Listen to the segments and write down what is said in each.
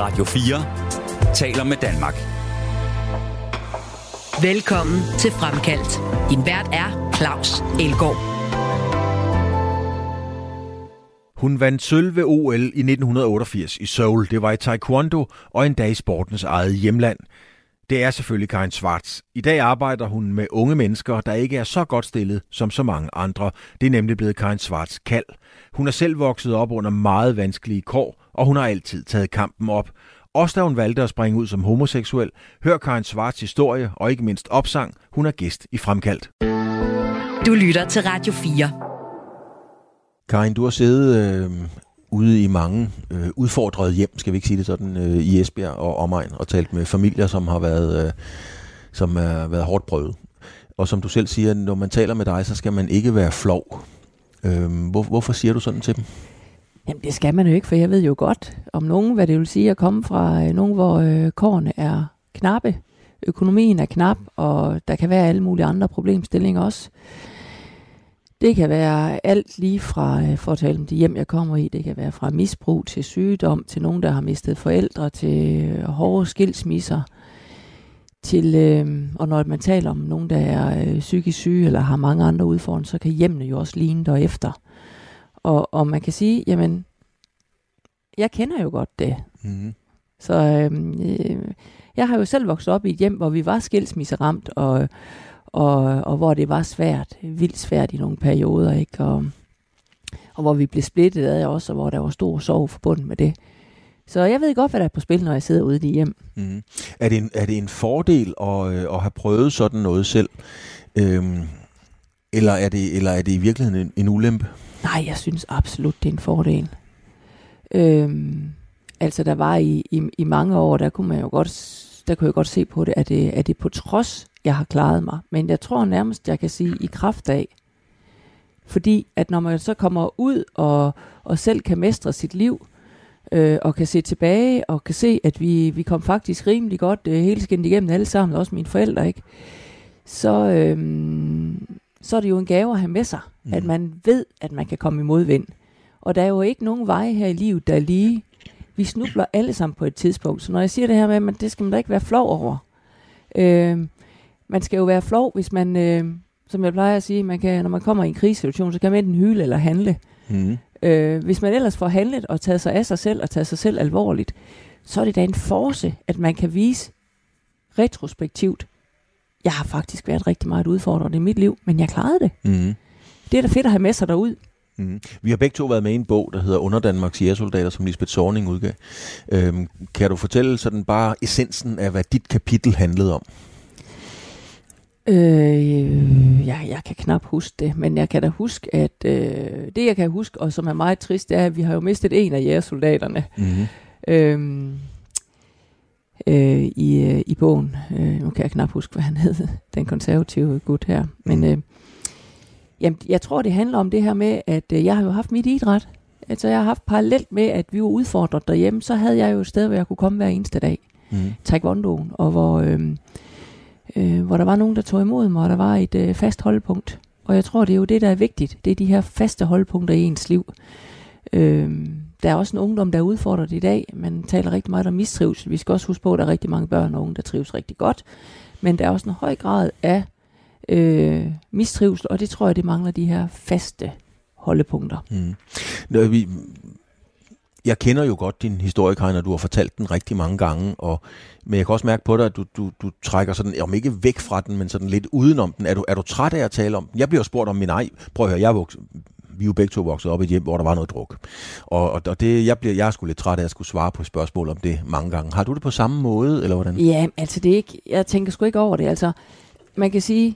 Radio 4 taler med Danmark. Velkommen til Fremkaldt. Din vært er Claus Elgaard. Hun vandt sølv ved OL i 1988 i Seoul. Det var i taekwondo og endda i sportens eget hjemland. Det er selvfølgelig Karin Schwarz. I dag arbejder hun med unge mennesker, der ikke er så godt stillet som så mange andre. Det er nemlig blevet Karin Schwarz kald. Hun er selv vokset op under meget vanskelige kår, og hun har altid taget kampen op. Også da hun valgte at springe ud som homoseksuel, hør Karin Schwarz historie og ikke mindst opsang. Hun er gæst i Fremkaldt. Du lytter til Radio 4. Karin, du har siddet ude i mange udfordrede hjem, skal vi ikke sige det sådan, i Esbjerg og omegn, og talt med familier, som har været hårdt prøvet. Og som du selv siger, når man taler med dig, så skal man ikke være flov. Hvorfor siger du sådan til dem? Jamen det skal man jo ikke, for jeg ved jo godt om nogen, hvad det vil sige at komme fra nogen, hvor kårene er knappe, økonomien er knap, og der kan være alle mulige andre problemstillinger også. Det kan være alt lige fra, for at tale om det hjem, jeg kommer i, det kan være fra misbrug til sygdom, til nogen, der har mistet forældre, til hårde skilsmisser, til, og når man taler om nogen, der er psykisk syge eller har mange andre udfordringer, så kan hjemmene jo også ligne derefter. Og man kan sige, jamen, jeg kender jo godt det. Mm-hmm. Så jeg har jo selv vokset op i et hjem, hvor vi var skilsmisseramt, og hvor det var svært, vildt svært i nogle perioder, ikke? Og hvor vi blev splittet af også, og hvor der var stor sorg forbundet med det. Så jeg ved godt, hvad der er på spil, når jeg sidder ude i det hjem. Mm. Er det en fordel at have prøvet sådan noget selv? Eller er det i virkeligheden en ulempe? Nej, jeg synes absolut, det er en fordel. Altså, der var i mange år, der kunne jeg godt se på det, at det på trods, jeg har klaret mig. Men jeg tror nærmest, jeg kan sige i kraft af. Fordi at når man så kommer ud og selv kan mestre sit liv, og kan se tilbage, og kan se, at vi kom faktisk rimelig godt hele skindet igennem alle sammen, også mine forældre, ikke? Så er det jo en gave at have med sig, at man ved, at man kan komme i modvind. Og der er jo ikke nogen veje her i livet, der er lige. Vi snubler alle sammen på et tidspunkt. Så når jeg siger det her med, at det skal man da ikke være flov over. Man skal jo være flov, hvis man, som jeg plejer at sige, når man kommer i en krisesituation, så kan man enten hyle eller handle. Mm. Hvis man ellers får handlet og taget sig af sig selv og taget sig selv alvorligt, så er det da en force, at man kan vise retrospektivt, jeg har faktisk været rigtig meget udfordret i mit liv, men jeg klarede det. Mm. Det er da fedt at have med sig derud. Mm. Vi har begge to været med i en bog, der hedder Under Danmarks jægersoldater, som Lisbeth Zornig udgav. Kan du fortælle sådan bare essensen af, hvad dit kapitel handlede om? Jeg kan knap huske det, men jeg kan da huske, at det jeg kan huske, og som er meget trist, det er, at vi har jo mistet en af jægersoldaterne. Mm-hmm. I bogen. Nu kan jeg knap huske, hvad han hed, den konservative gut her. Men jamen, jeg tror, det handler om det her med, at jeg har jo haft mit idræt. Altså, jeg har haft parallelt med, at vi var udfordret derhjemme, så havde jeg jo et sted, hvor jeg kunne komme hver eneste dag. Taekwondoen, og hvor der var nogen, der tog imod mig, og der var et fast holdpunkt. Og jeg tror, det er jo det, der er vigtigt. Det er de her faste holdpunkter i ens liv. Der er også en ungdom, der er udfordret i dag. Man taler rigtig meget om mistrivsel. Vi skal også huske på, at der er rigtig mange børn og unge, der trives rigtig godt. Men der er også en høj grad af mistrivsel, og det tror jeg, det mangler de her faste holdepunkter. Jeg kender jo godt din historie, Karin, og du har fortalt den rigtig mange gange, men jeg kan også mærke på dig, at du trækker sådan, om ikke væk fra den, men sådan lidt udenom den. Er du træt af at tale om den? Jeg bliver spurgt om min egen. Prøv at høre, vi er jo begge to vokset op i et hjem, hvor der var noget druk. Og det, jeg er sgu lidt træt af at skulle svare på spørgsmål om det mange gange. Har du det på samme måde, eller hvordan? Ja, altså det er ikke, jeg tænker sgu ikke over det. Altså, man kan sige,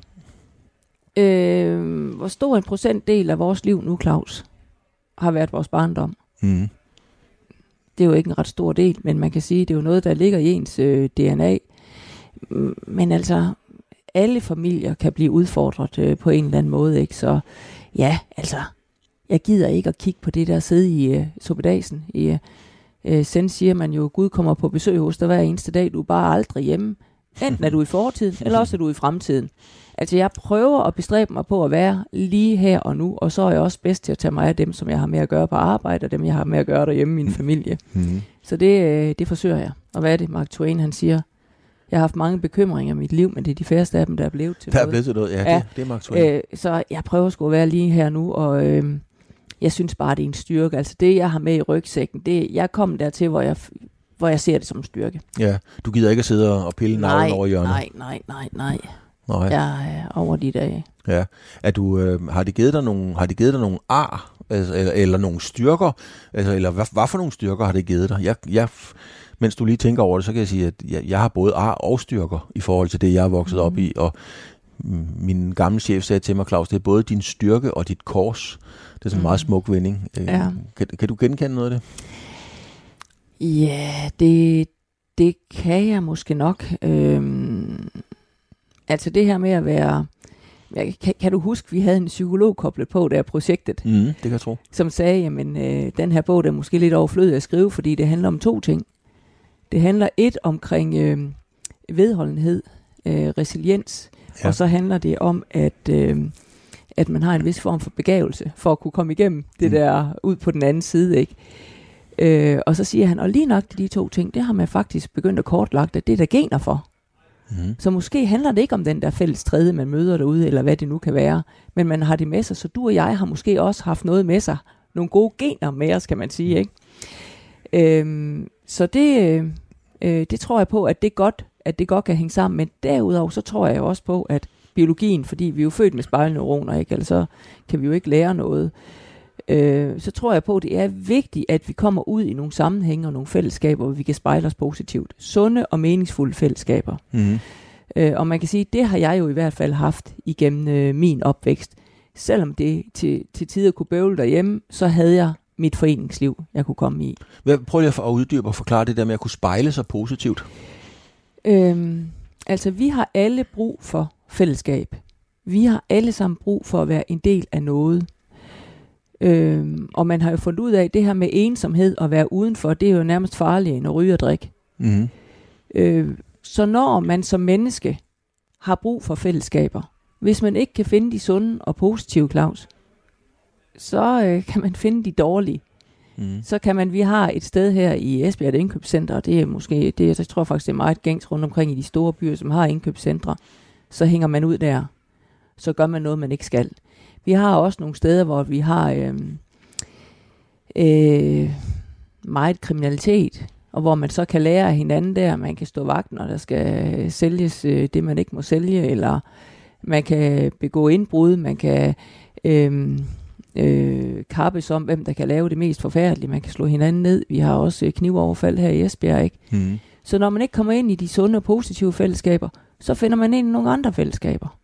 hvor stor en procentdel af vores liv nu, Claus, har været vores barndom. Mm. Det er jo ikke en ret stor del, men man kan sige, det er jo noget, der ligger i ens DNA. Men altså, alle familier kan blive udfordret på en eller anden måde, ikke? Så ja, altså, jeg gider ikke at kigge på det der sidde i suppedasen. Sen siger man jo, Gud kommer på besøg hos dig hver eneste dag, du er bare aldrig hjemme. Enten er du i fortiden, eller også er du i fremtiden. Altså jeg prøver at bestræbe mig på at være lige her og nu, og så er jeg også bedst til at tage mig af dem, som jeg har med at gøre på arbejde, og dem jeg har med at gøre derhjemme i min familie. Så det forsøger jeg. Og hvad er det, Mark Twain han siger? Jeg har haft mange bekymringer i mit liv, men det er de færreste af dem, der er blevet til noget. Der er blevet til noget, ja. Det er Mark Twain. Så jeg prøver sgu at være lige her nu, og jeg synes bare, det er en styrke. Altså det, jeg har med i rygsækken, jeg kom dertil, hvor jeg ser det som en styrke. Ja, du gider ikke at sidde og pille navlen over hjørnet? Nej. Jeg er over de dage. Ja. Har de givet dig nogle ar, altså, eller nogle styrker? Altså, eller hvad for nogle styrker har det givet dig? Jeg mens du lige tænker over det, så kan jeg sige, at jeg har både ar og styrker i forhold til det, jeg er vokset op i. Og min gamle chef sagde til mig, Claus, det er både din styrke og dit kors. Det er sådan en meget smuk vending. Ja. Kan du genkende noget af det? Ja, det kan jeg måske nok. Altså det her med at være... Kan du huske, vi havde en psykolog koblet på der projektet? Det kan jeg tro. Som sagde, jamen den her bog er måske lidt overflødig at skrive, fordi det handler om 2 ting. Det handler omkring vedholdenhed, resiliens, og så handler det om, at man har en vis form for begavelse for at kunne komme igennem det der ud på den anden side, ikke? Og så siger han, og lige nok de 2 ting, det har man faktisk begyndt at kortlagt, at det er der gener for. Så måske handler det ikke om den der fælles tredje, man møder derude, eller hvad det nu kan være, men man har det med sig, så du og jeg har måske også haft noget med sig, nogle gode gener med os, kan man sige, ikke? Så det tror jeg på, at det godt kan hænge sammen, men derudover så tror jeg jo også på, at biologien, fordi vi er jo født med spejlneuroner, ikke? Ellers så kan vi jo ikke lære noget. Så tror jeg på, at det er vigtigt, at vi kommer ud i nogle sammenhænge og nogle fællesskaber, hvor vi kan spejle os positivt. Sunde og meningsfulde fællesskaber. Og man kan sige, at det har jeg jo i hvert fald haft igennem min opvækst. Selvom det til tider kunne bøvle derhjemme, så havde jeg mit foreningsliv, jeg kunne komme i. Prøv lige at uddybe og forklare det der med at kunne spejle sig positivt. Altså, vi har alle brug for fællesskab. Vi har alle sammen brug for at være en del af noget. Og man har jo fundet ud af, at det her med ensomhed og være udenfor, det er jo nærmest farligere end at ryge og drikke. Så når man som menneske har brug for fællesskaber, hvis man ikke kan finde de sunde og positive, Claus, så kan man finde de dårlige. Så kan man, vi har et sted her i Esbjerg, et indkøbscenter, og det er måske, jeg tror faktisk, det er meget gængs rundt omkring i de store byer, som har indkøbscentre. Så hænger man ud der, så gør man noget, man ikke skal. Vi har også nogle steder, hvor vi har meget kriminalitet, og hvor man så kan lære af hinanden der. Man kan stå vagt, når der skal sælges det, man ikke må sælge, eller man kan begå indbrud, man kan kappes om, hvem der kan lave det mest forfærdelige. Man kan slå hinanden ned. Vi har også knivoverfald her i Esbjerg, ikke? Så når man ikke kommer ind i de sunde og positive fællesskaber, så finder man ind i nogle andre fællesskaber.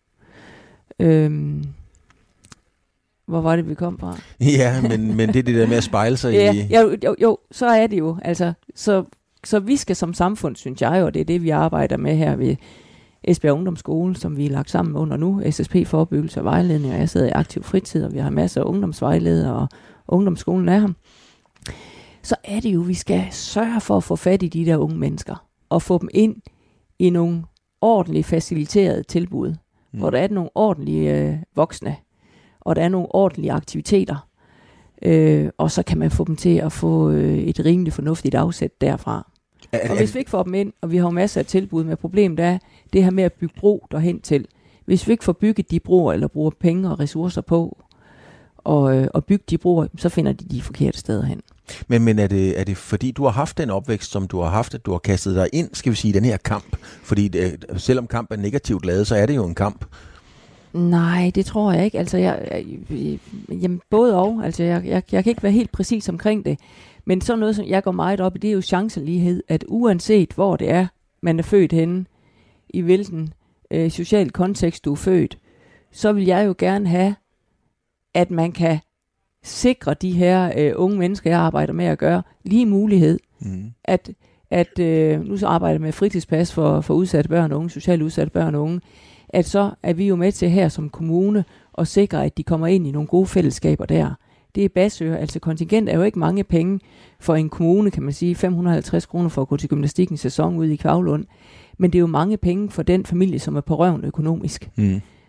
Hvor var det, vi kom fra? Ja, men det er det der med at spejle sig i... Jo, så er det jo. Altså, så vi skal som samfund, synes jeg, og det er det, vi arbejder med her ved Esbjerg Ungdomsskole, som vi er lagt sammen under nu, SSP Forebyggelse og Vejledning, og jeg sidder i aktiv fritid, og vi har masser af ungdomsvejledere, og ungdomsskolen er her. Så er det jo, vi skal sørge for at få fat i de der unge mennesker, og få dem ind i nogle ordentligt faciliterede tilbud, hvor der er nogle ordentlige voksne, og der er nogle ordentlige aktiviteter, og så kan man få dem til at få et rimeligt fornuftigt afsæt derfra. Og hvis vi ikke får dem ind, og vi har jo masser af tilbud, med problemet er det her med at bygge bro derhen til. Hvis vi ikke får bygget de broer, eller bruger penge og ressourcer på og bygge de broer, så finder de forkerte steder hen. Men er det fordi, du har haft den opvækst, som du har haft, at du har kastet dig ind, skal vi sige, i den her kamp? Fordi selvom kamp er negativt lavet, så er det jo en kamp. Nej, det tror jeg ikke. Altså, jamen, både og. Altså, jeg kan ikke være helt præcis omkring det. Men sådan noget, som jeg går meget op i, det er jo chancelighed, at uanset hvor det er, man er født henne, i hvilken social kontekst du er født, så vil jeg jo gerne have, at man kan sikre de her unge mennesker, jeg arbejder med at gøre, lige mulighed. At nu så arbejder jeg med fritidspas for udsatte børn og unge, socialt udsatte børn og unge, at så er vi jo med til her som kommune at sikre, at de kommer ind i nogle gode fællesskaber der. Det er basører, altså kontingent er jo ikke mange penge for en kommune, kan man sige, 550 kroner for at gå til gymnastik en sæson ude i Kvavlund, men det er jo mange penge for den familie, som er på røven økonomisk.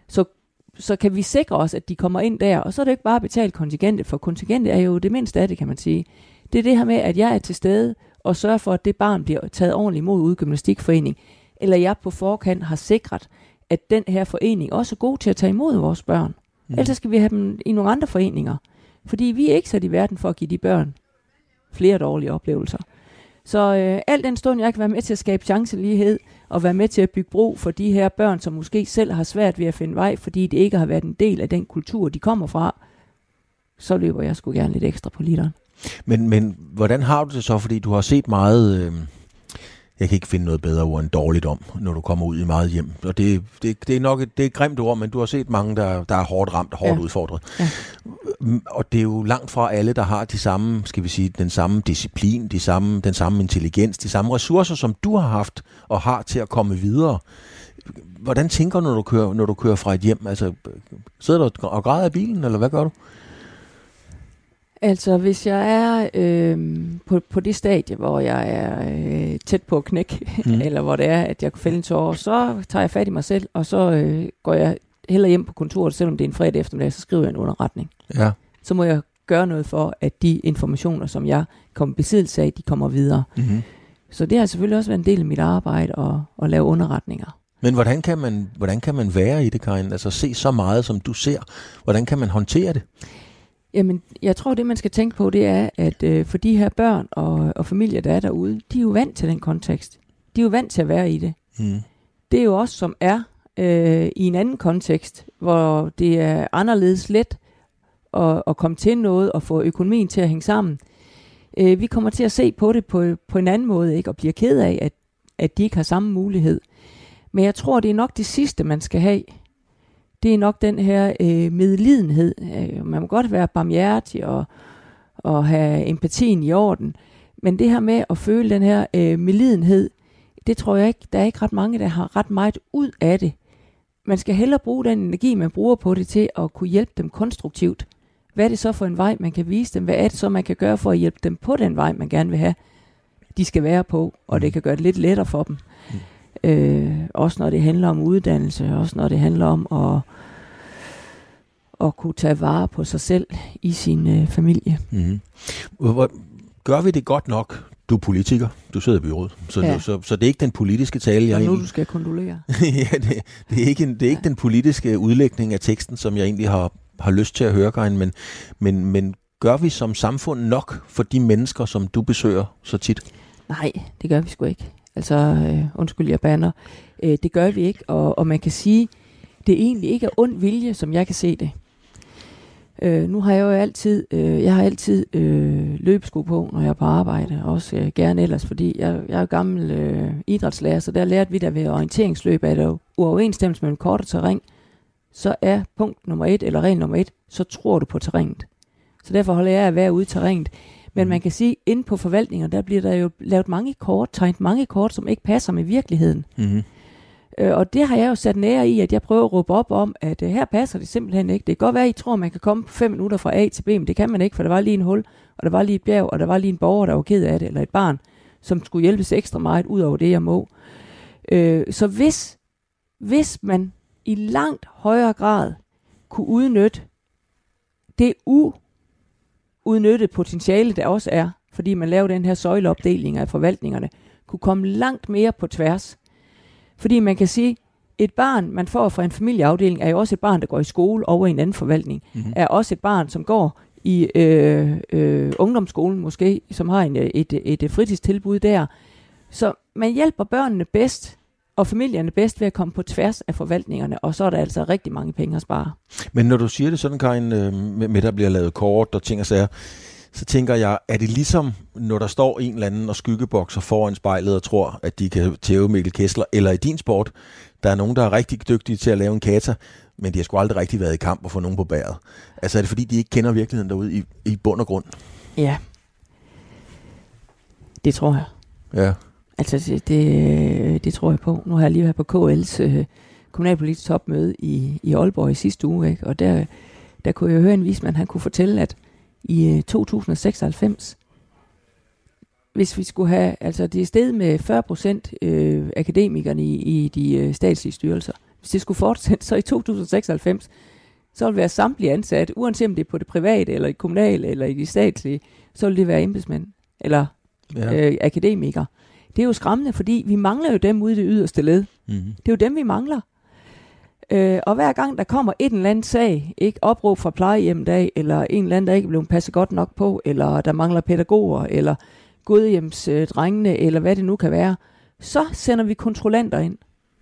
så kan vi sikre os, at de kommer ind der, og så er det ikke bare at betale kontingentet, for kontingentet er jo det mindste af det, kan man sige. Det er det her med, at jeg er til stede og sørger for, at det barn bliver taget ordentligt imod ude i gymnastikforening, eller jeg på forkant har sikret, at den her forening også er god til at tage imod vores børn. Ellers skal vi have dem i nogle andre foreninger, fordi vi er ikke sat i verden for at give de børn flere dårlige oplevelser. Så al den stund, jeg kan være med til at skabe chancelighed, og være med til at bygge bro for de her børn, som måske selv har svært ved at finde vej, fordi det ikke har været en del af den kultur, de kommer fra, så løber jeg sgu gerne lidt ekstra på literen. Men hvordan har du det så? Fordi du har set meget, jeg kan ikke finde noget bedre ord end dårligt om, når du kommer ud i meget hjem. Og det er nok det er et grimt ord, men du har set mange, der er hårdt ramt og hårdt udfordret. Ja. Og det er jo langt fra alle, der har de samme, skal vi sige, den samme disciplin, den samme intelligens, de samme ressourcer, som du har haft og har til at komme videre. Hvordan tænker du, når du kører fra et hjem? Altså, sidder du og græder i bilen, eller hvad gør du? Altså, hvis jeg er på det stadie, hvor jeg er tæt på at knække, eller hvor det er, at jeg kan fælde en tårer, så tager jeg fat i mig selv, og så går jeg hellere hjem på kontoret, selvom det er en fredag eftermiddag, så skriver jeg en underretning. Ja. Så må jeg gøre noget for, at de informationer, som jeg kommer i besiddelse af, de kommer videre. Mm-hmm. Så det har selvfølgelig også været en del af mit arbejde at lave underretninger. Men hvordan kan man være i det, Karin? Altså se så meget, som du ser. Hvordan kan man håndtere det? Jamen, jeg tror, det man skal tænke på, det er, at for de her børn og familier, der er derude, de er jo vant til den kontekst. De er jo vant til at være i det. Mm. Det er jo os, som er i en anden kontekst, hvor det er anderledes let at komme til noget og få økonomien til at hænge sammen. Vi kommer til at se på det på en anden måde, ikke, og bliver ked af, at de ikke har samme mulighed. Men jeg tror, det er nok det sidste, man skal have. Det er nok den her medlidenhed. Man må godt være barmhjertig og have empatien i orden. Men det her med at føle den her medlidenhed, det tror jeg ikke, der er ikke ret mange, der har ret meget ud af det. Man skal hellere bruge den energi, man bruger på det, til at kunne hjælpe dem konstruktivt. Hvad er det så for en vej, man kan vise dem? Hvad er det så, man kan gøre for at hjælpe dem på den vej, man gerne vil have, de skal være på? Og det kan gøre det lidt lettere for dem. Også når det handler om uddannelse, også når det handler om at kunne tage vare på sig selv i sin familie. Mm-hmm. Gør vi det godt nok? Du er politiker, du sidder i byrådet, så det er ikke den politiske tale, jeg nu du skal kondolere. Ja, det er ikke den politiske udlægning af teksten, som jeg egentlig har lyst til at høre, Karin, men gør vi som samfund nok for de mennesker, som du besøger så tit? Nej, det gør vi sgu ikke. Altså, undskyld, jeg bander. Det gør vi ikke, og man kan sige, det er egentlig ikke af ond vilje, som jeg kan se det. Nu har jeg jo altid løbesko på, når jeg er på arbejde, også gerne ellers, fordi jeg er jo gammel idrætslærer, så der lærte vi da ved orienteringsløb, at der uoverensstemmelse mellem kort og terræn, så er punkt nummer 1, eller regel nummer 1, så tror du på terrænet. Så derfor holder jeg at være ude i terrænet. Men man kan sige, inde på forvaltninger, der bliver der jo lavet tegnet mange kort, som ikke passer med virkeligheden. Mm-hmm. Og det har jeg jo sat nære i, at jeg prøver at råbe op om, at her passer det simpelthen ikke. Det kan godt være, at I tror, man kan komme på 5 minutter fra A til B, men det kan man ikke, for der var lige en hul, og der var lige et bjerg, og der var lige en borger, der var ked af det, eller et barn, som skulle hjælpes ekstra meget ud over det, jeg må. Så hvis man i langt højere grad kunne udnytte det udnyttet potentiale, der også er, fordi man laver den her søjleopdeling af forvaltningerne, kunne komme langt mere på tværs. Fordi man kan sige, et barn, man får fra en familieafdeling, er jo også et barn, der går i skole over en anden forvaltning. Mm-hmm. Er også et barn, som går i ungdomsskolen måske, som har et fritidstilbud der. Så man hjælper børnene bedst, og familierne bedst ved at komme på tværs af forvaltningerne, og så er der altså rigtig mange penge at spare. Men når du siger det sådan, Karin, med der bliver lavet kort og ting og sager, så tænker jeg, er det ligesom, når der står en eller anden og skyggebokser foran spejlet og tror, at de kan tæve Mikkel Kessler, eller i din sport, der er nogen, der er rigtig dygtige til at lave en kata, men de har sgu aldrig rigtig været i kamp og få nogen på bæret. Altså er det fordi, de ikke kender virkeligheden derude i bund og grund? Ja, det tror jeg. Ja. Altså det tror jeg på. Nu har jeg lige været på KL's kommunalpolitisk topmøde i Aalborg i sidste uge, ikke? Og der kunne jeg høre en vismand, han kunne fortælle, at i 2096, hvis vi skulle have, altså det er steget med 40% akademikerne i de statslige styrelser. hvis det skulle fortsætte, så i 2096, så vil være samtlige ansatte, uanset om det er på det private, eller i kommunale, eller i de statslige, så vil det være embedsmænd, eller akademikere. Det er jo skræmmende, fordi vi mangler jo dem ude i det yderste led. Mm-hmm. Det er jo dem, vi mangler. Og hver gang der kommer et eller andet sag, ikke opråb fra plejehjemdag, eller en eller anden, der ikke er blevet passet godt nok på, eller der mangler pædagoger, eller godhjemsdrengene, eller hvad det nu kan være, så sender vi kontrollanter ind.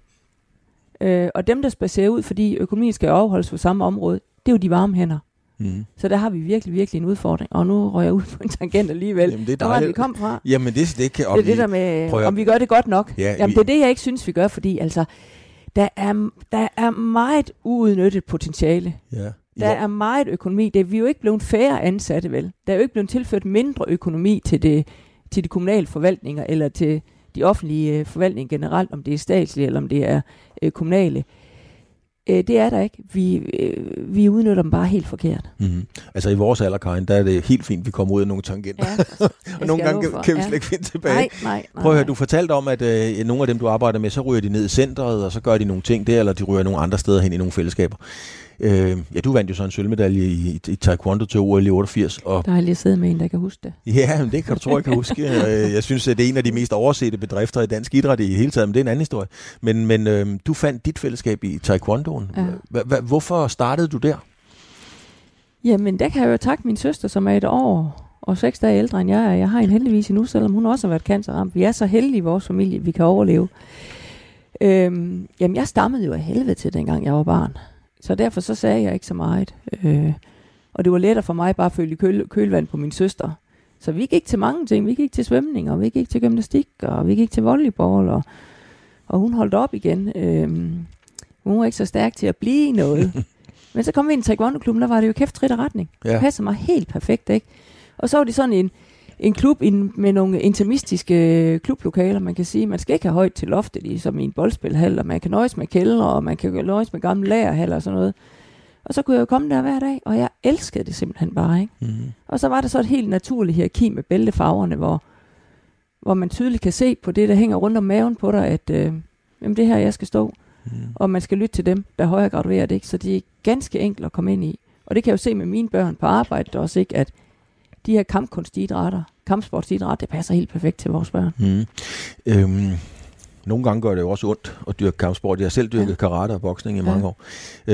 Og dem, der spacerer ud, fordi økonomien skal afholdes på samme område, det er jo de varme hænder. Mm. Så der har vi virkelig, virkelig en udfordring. Og nu rører jeg ud på en tangent alligevel. Jamen, det er hvor er det, vi kom fra? Jamen, det kan... Det er det der med, om vi gør det godt nok. Ja, jamen, det er det, jeg ikke synes, vi gør, fordi altså, der er meget uudnyttet potentiale. Ja. Der er meget økonomi. Vi er jo ikke blevet færre ansatte, vel? Der er jo ikke blevet tilført mindre økonomi til de kommunale forvaltninger, eller til de offentlige forvaltninger generelt, om det er statslige, eller om det er kommunale. Det er der ikke. Vi udnytter dem bare helt forkert. Mm-hmm. Altså i vores alder, Karin, der er det helt fint, vi kommer ud af nogle tangenter. Ja, og nogle gange kan vi slet ikke finde tilbage. Nej. Prøv at høre, du fortalte om, at nogle af dem, du arbejder med, så ryger de ned i centret, og så gør de nogle ting der, eller de ryger nogle andre steder hen i nogle fællesskaber. Du vandt jo så en sølvmedalje i taekwondo til OL i 88. Og der har jeg lige siddet med en, der kan huske det. Ja, men det kan du tro, jeg kan huske. Jeg synes, at det er en af de mest oversete bedrifter i dansk idræt i hele taget, men det er en anden historie. Men du fandt dit fællesskab i taekwondoen. Ja. Hvorfor startede du der? Jamen, der kan jeg jo takke min søster, som er 1 år og 6 dage ældre end jeg er. Jeg har en heldigvis endnu, selvom hun også har været cancerramt. Vi er så heldige i vores familie, vi kan overleve. Jamen, jeg stammede jo af helvede til, dengang jeg var barn. Så derfor så sagde jeg ikke så meget. Og det var lettere for mig bare at følge kølvand på min søster. Så vi gik til mange ting. Vi gik til svømning, og vi gik til gymnastik, og vi gik til volleyball, og hun holdt op igen. Hun var ikke så stærk til at blive noget. Men så kom vi ind i taekwondo-klubben, der var det jo kæft, trit og retning. Ja. Det passer mig helt perfekt, ikke? Og så var det sådan en klub med nogle interimistiske klublokaler, man kan sige. Man skal ikke have højt til loftet, som i en boldspilhal, og man kan nøjes med kælder, og man kan nøjes med gamle lagerhaller og sådan noget. Og så kunne jeg jo komme der hver dag, og jeg elskede det simpelthen bare, ikke? Mm-hmm. Og så var der så et helt naturligt hierarki med bæltefarverne, hvor man tydeligt kan se på det, der hænger rundt om maven på dig, at jamen, det her, jeg skal stå. Og man skal lytte til dem, der er højere gradueret, ikke? Så de er ganske enkle at komme ind i. Og det kan jeg jo se med mine børn på arbejde også, ikke? At de her kampsportsidrætter, det passer helt perfekt til vores børn. Nogle gange gør det jo også ondt at dyrke kampsport. Jeg har selv dyrket karate og boksning i mange år.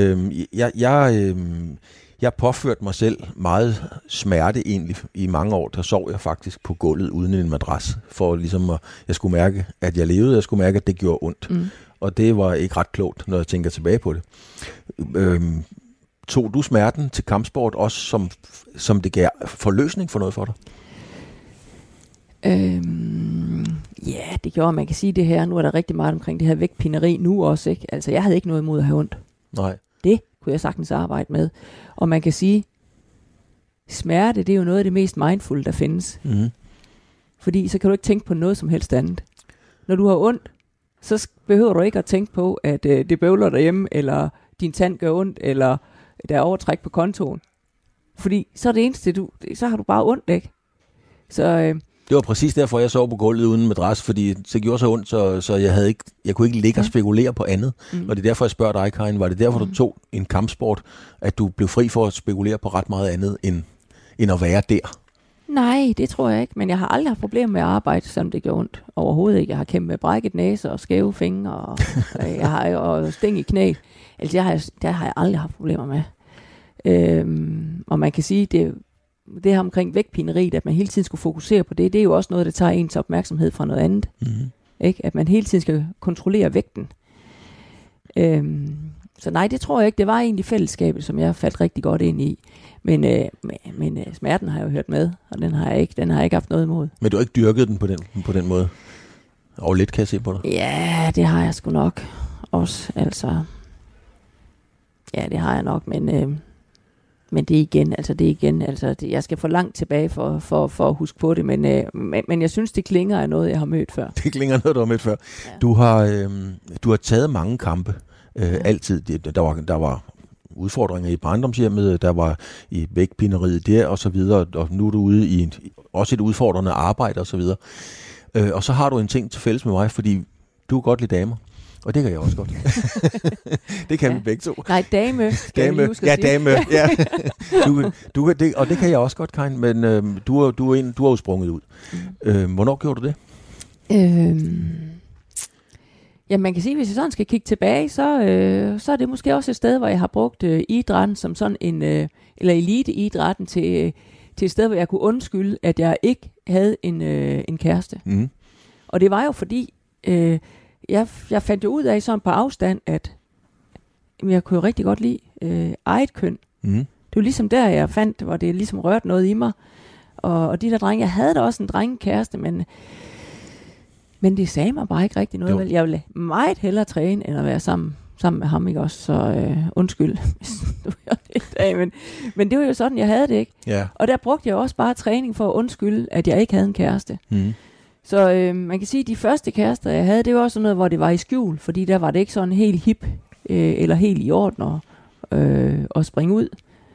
Jeg påførte mig selv meget smerte egentlig i mange år. Der sov jeg faktisk på gulvet uden en madras, for ligesom jeg skulle mærke, at jeg levede. Jeg skulle mærke, at det gjorde ondt. Og det var ikke ret klogt, når jeg tænker tilbage på det. Tog du smerten til kampsport også som det gav forløsning for noget for dig? Ja, det gjorde man kan sige det her. Nu er der rigtig meget omkring det her vægtpineri nu også, ikke? Altså, jeg havde ikke noget imod at have ondt. Nej. Det kunne jeg sagtens arbejde med. Og man kan sige, smerte, det er jo noget af det mest mindful, der findes. Mm. Fordi så kan du ikke tænke på noget som helst andet. Når du har ondt, så behøver du ikke at tænke på, at det bøvler derhjemme, eller din tand gør ondt, eller der er overtræk på kontoen. Fordi så er det eneste, så har du bare ondt, ikke? Så det var præcis derfor, jeg sov på gulvet uden madras, fordi det gjorde så ondt, så jeg kunne ikke ligge og spekulere på andet. Og det er derfor, jeg spørger dig, Karin, var det derfor, du tog en kampsport, at du blev fri for at spekulere på ret meget andet, end at være der? Nej, det tror jeg ikke, men jeg har aldrig haft problemer med at arbejde, selvom det gjorde ondt. Overhovedet ikke. Jeg har kæmpet med brækket næse og skæve fingre, og jeg har og sting i knæ. Altså, der har jeg aldrig haft problemer med. Og man kan sige, det her omkring vægtpineriet, at man hele tiden skulle fokusere på det, det er jo også noget, der tager ens opmærksomhed fra noget andet. Mm-hmm. Ikke? At man hele tiden skal kontrollere vægten. Så nej, det tror jeg ikke. Det var egentlig fællesskabet, som jeg faldt rigtig godt ind i. Men smerten har jeg jo hørt med, og den har jeg ikke haft noget imod. Men du har ikke dyrket den på den måde? Og lidt kan jeg se på dig? Ja, det har jeg sgu nok også. Altså, ja, det har jeg nok, men det er igen, jeg skal for langt tilbage for at huske på det, men jeg synes, det klinger af noget, jeg har mødt før. Det klinger af noget, du har mødt før. Ja. Du har taget mange kampe, altid. Der var udfordringer i barndomshjemmet, der var i vægtpineriet der, og så videre, og nu er du ude i også et udfordrende arbejde, og så videre. Og så har du en ting til fælles med mig, fordi du er godt lide damer. Og det kan jeg også godt. Det kan vi begge to. Nej, dame. Ja, dame. Ja. Og det kan jeg også godt, Karin, men du har jo sprunget ud. Hvornår gjorde du det? Ja, man kan sige, hvis jeg sådan skal kigge tilbage, så er det måske også et sted, hvor jeg har brugt idrætten som sådan en, eller eliteidrætten til et sted, hvor jeg kunne undskylde, at jeg ikke havde en kæreste. Mm. Og det var jo fordi, jeg fandt jo ud af sådan på afstand, at jeg kunne jo rigtig godt lide eget køn. Mm. Det var ligesom der, jeg fandt, hvor det ligesom rørte noget i mig. Og de der drenge, jeg havde da også en drengekæreste, men det sagde mig bare ikke rigtig noget. Vel? Jeg ville meget hellere træne, end at være sammen med ham, ikke også? Så undskyld, hvis du gjorde det i dag, men det var jo sådan, jeg havde det, ikke? Yeah. Og der brugte jeg også bare træning for at undskylde, at jeg ikke havde en kæreste. Mm. Så man kan sige, at de første kærester, jeg havde, det var også noget, hvor det var i skjul, fordi der var det ikke sådan helt hip, eller helt i orden at springe ud.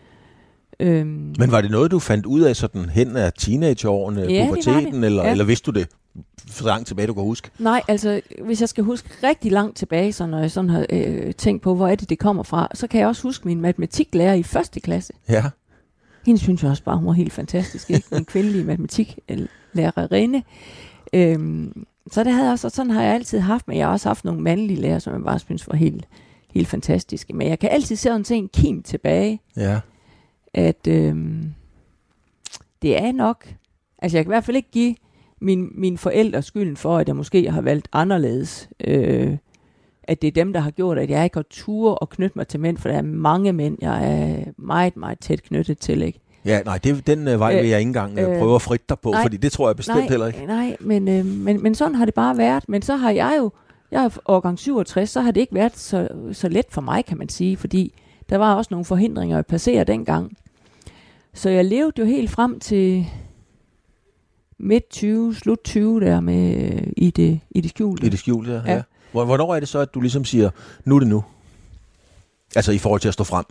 Men var det noget, du fandt ud af sådan hen af teenageårene, puberteten, eller vidste du det for langt tilbage, du kan huske? Nej, altså hvis jeg skal huske rigtig langt tilbage, så når jeg sådan har tænkt på, hvor er det kommer fra, så kan jeg også huske min matematiklærer i 1. klasse. Ja. Hende synes jeg også bare, hun var helt fantastisk, ikke? En kvindelig matematiklærerinde. Så det havde jeg også, og sådan har jeg altid haft, men jeg har også haft nogle mandlige lærere, som jeg bare synes var helt fantastiske. Men jeg kan altid se en kim tilbage. Ja. At det er nok, altså jeg kan i hvert fald ikke give mine forældre skylden for, at jeg måske har valgt anderledes, at det er dem, der har gjort, at jeg ikke har tur og knytte mig til mænd, for der er mange mænd, jeg er meget, meget tæt knyttet til, ikke? Ja, nej, den vej vil jeg ikke engang prøve at fritte dig på, nej, fordi det tror jeg bestemt heller ikke. Nej, men sådan har det bare været, men så har jeg er årgang 67, så har det ikke været så let for mig, kan man sige, fordi der var også nogle forhindringer at passere dengang. Så jeg levede jo helt frem til midt 20, slut 20 der med i det skjulte. I det skjulte, ja. Hvornår er det så, at du ligesom siger, nu er det nu? Altså i forhold til at stå frem?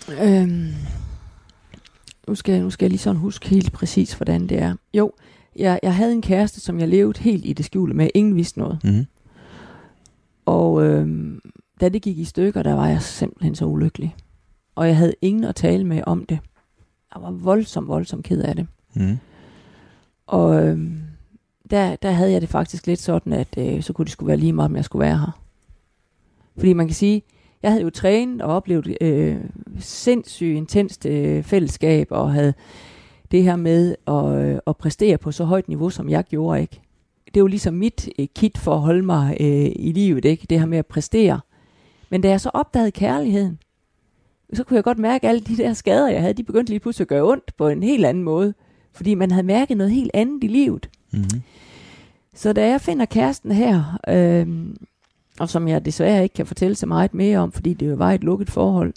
Nu skal jeg lige sådan huske helt præcis, hvordan det er. Jo, jeg havde en kæreste, som jeg levede helt i det skjulte med. Ingen vidste noget. Mm-hmm. Og da det gik i stykker, der var jeg simpelthen så ulykkelig. Og jeg havde ingen at tale med om det. Jeg var voldsomt ked af det. Mm. Og der havde jeg det faktisk lidt sådan, at så kunne det skulle være lige meget, om jeg skulle være her. Fordi man kan sige, jeg havde jo trænet og oplevet sindssygt intenst fællesskab, og havde det her med at præstere på så højt niveau, som jeg gjorde, ikke? Det er jo ligesom mit kit for at holde mig i livet, ikke? Det her med at præstere. Men da jeg så opdagede kærligheden, så kunne jeg godt mærke, at alle de der skader, jeg havde, de begyndte lige pludselig at gøre ondt på en helt anden måde. Fordi man havde mærket noget helt andet i livet. Mm-hmm. Så da jeg finder kæresten her, og som jeg desværre ikke kan fortælle så meget mere om, fordi det jo var et lukket forhold,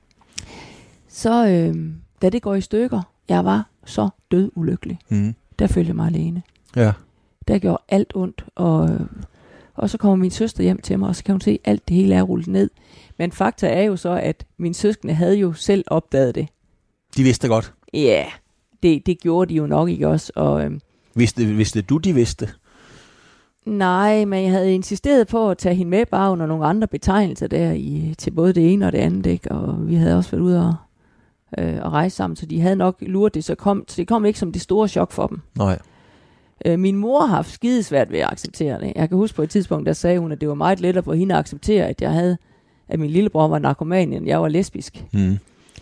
så da det går i stykker, jeg var så død ulykkelig. Mm. Der følte jeg mig alene. Ja. Der gjorde alt ondt, og så kommer min søster hjem til mig, og så kan hun se, at alt det hele er rullet ned. Men fakta er jo så, at mine søskende havde jo selv opdaget det. De vidste godt? Ja, det gjorde de jo nok ikke også. Og, vidste du, de vidste? Nej, men jeg havde insisteret på at tage hende med bare under nogle andre betegnelser der til både det ene og det andet, ikke? Og vi havde også været ude og rejse sammen, så de havde nok luret det, så det kom ikke som det store chok for dem. Nej. Min mor har haft skidesvært ved at acceptere det. Jeg kan huske på et tidspunkt, der sagde hun, at det var meget lettere for hende at acceptere, at min lillebror var narkoman, end jeg var lesbisk. Mm.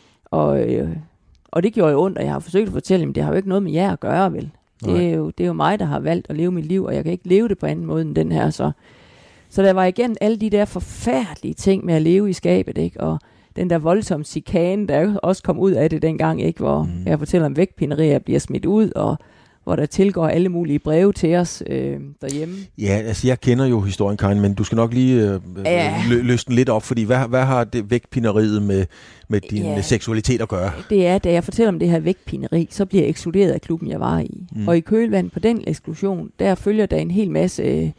Og det gjorde jo ondt, og jeg har forsøgt at fortælle dem, det har jo ikke noget med jer at gøre, vel? Det er jo mig, der har valgt at leve mit liv, og jeg kan ikke leve det på anden måde end den her. Så der var igen alle de der forfærdelige ting med at leve i skabet, ikke? Og den der voldsomme chikane, der også kom ud af det dengang, ikke? Hvor jeg fortæller om vægtpinerier bliver smidt ud, og hvor der tilgår alle mulige breve til os derhjemme. Ja, altså jeg kender jo historien, Karin, men du skal nok lige løse den lidt op, fordi hvad har det vægtpineriet med din seksualitet at gøre? Det er, da jeg fortæller om det her vægtpineri, så bliver jeg ekskluderet af klubben, jeg var i. Mm. Og i kølvandet på den eksklusion, der følger der en hel masse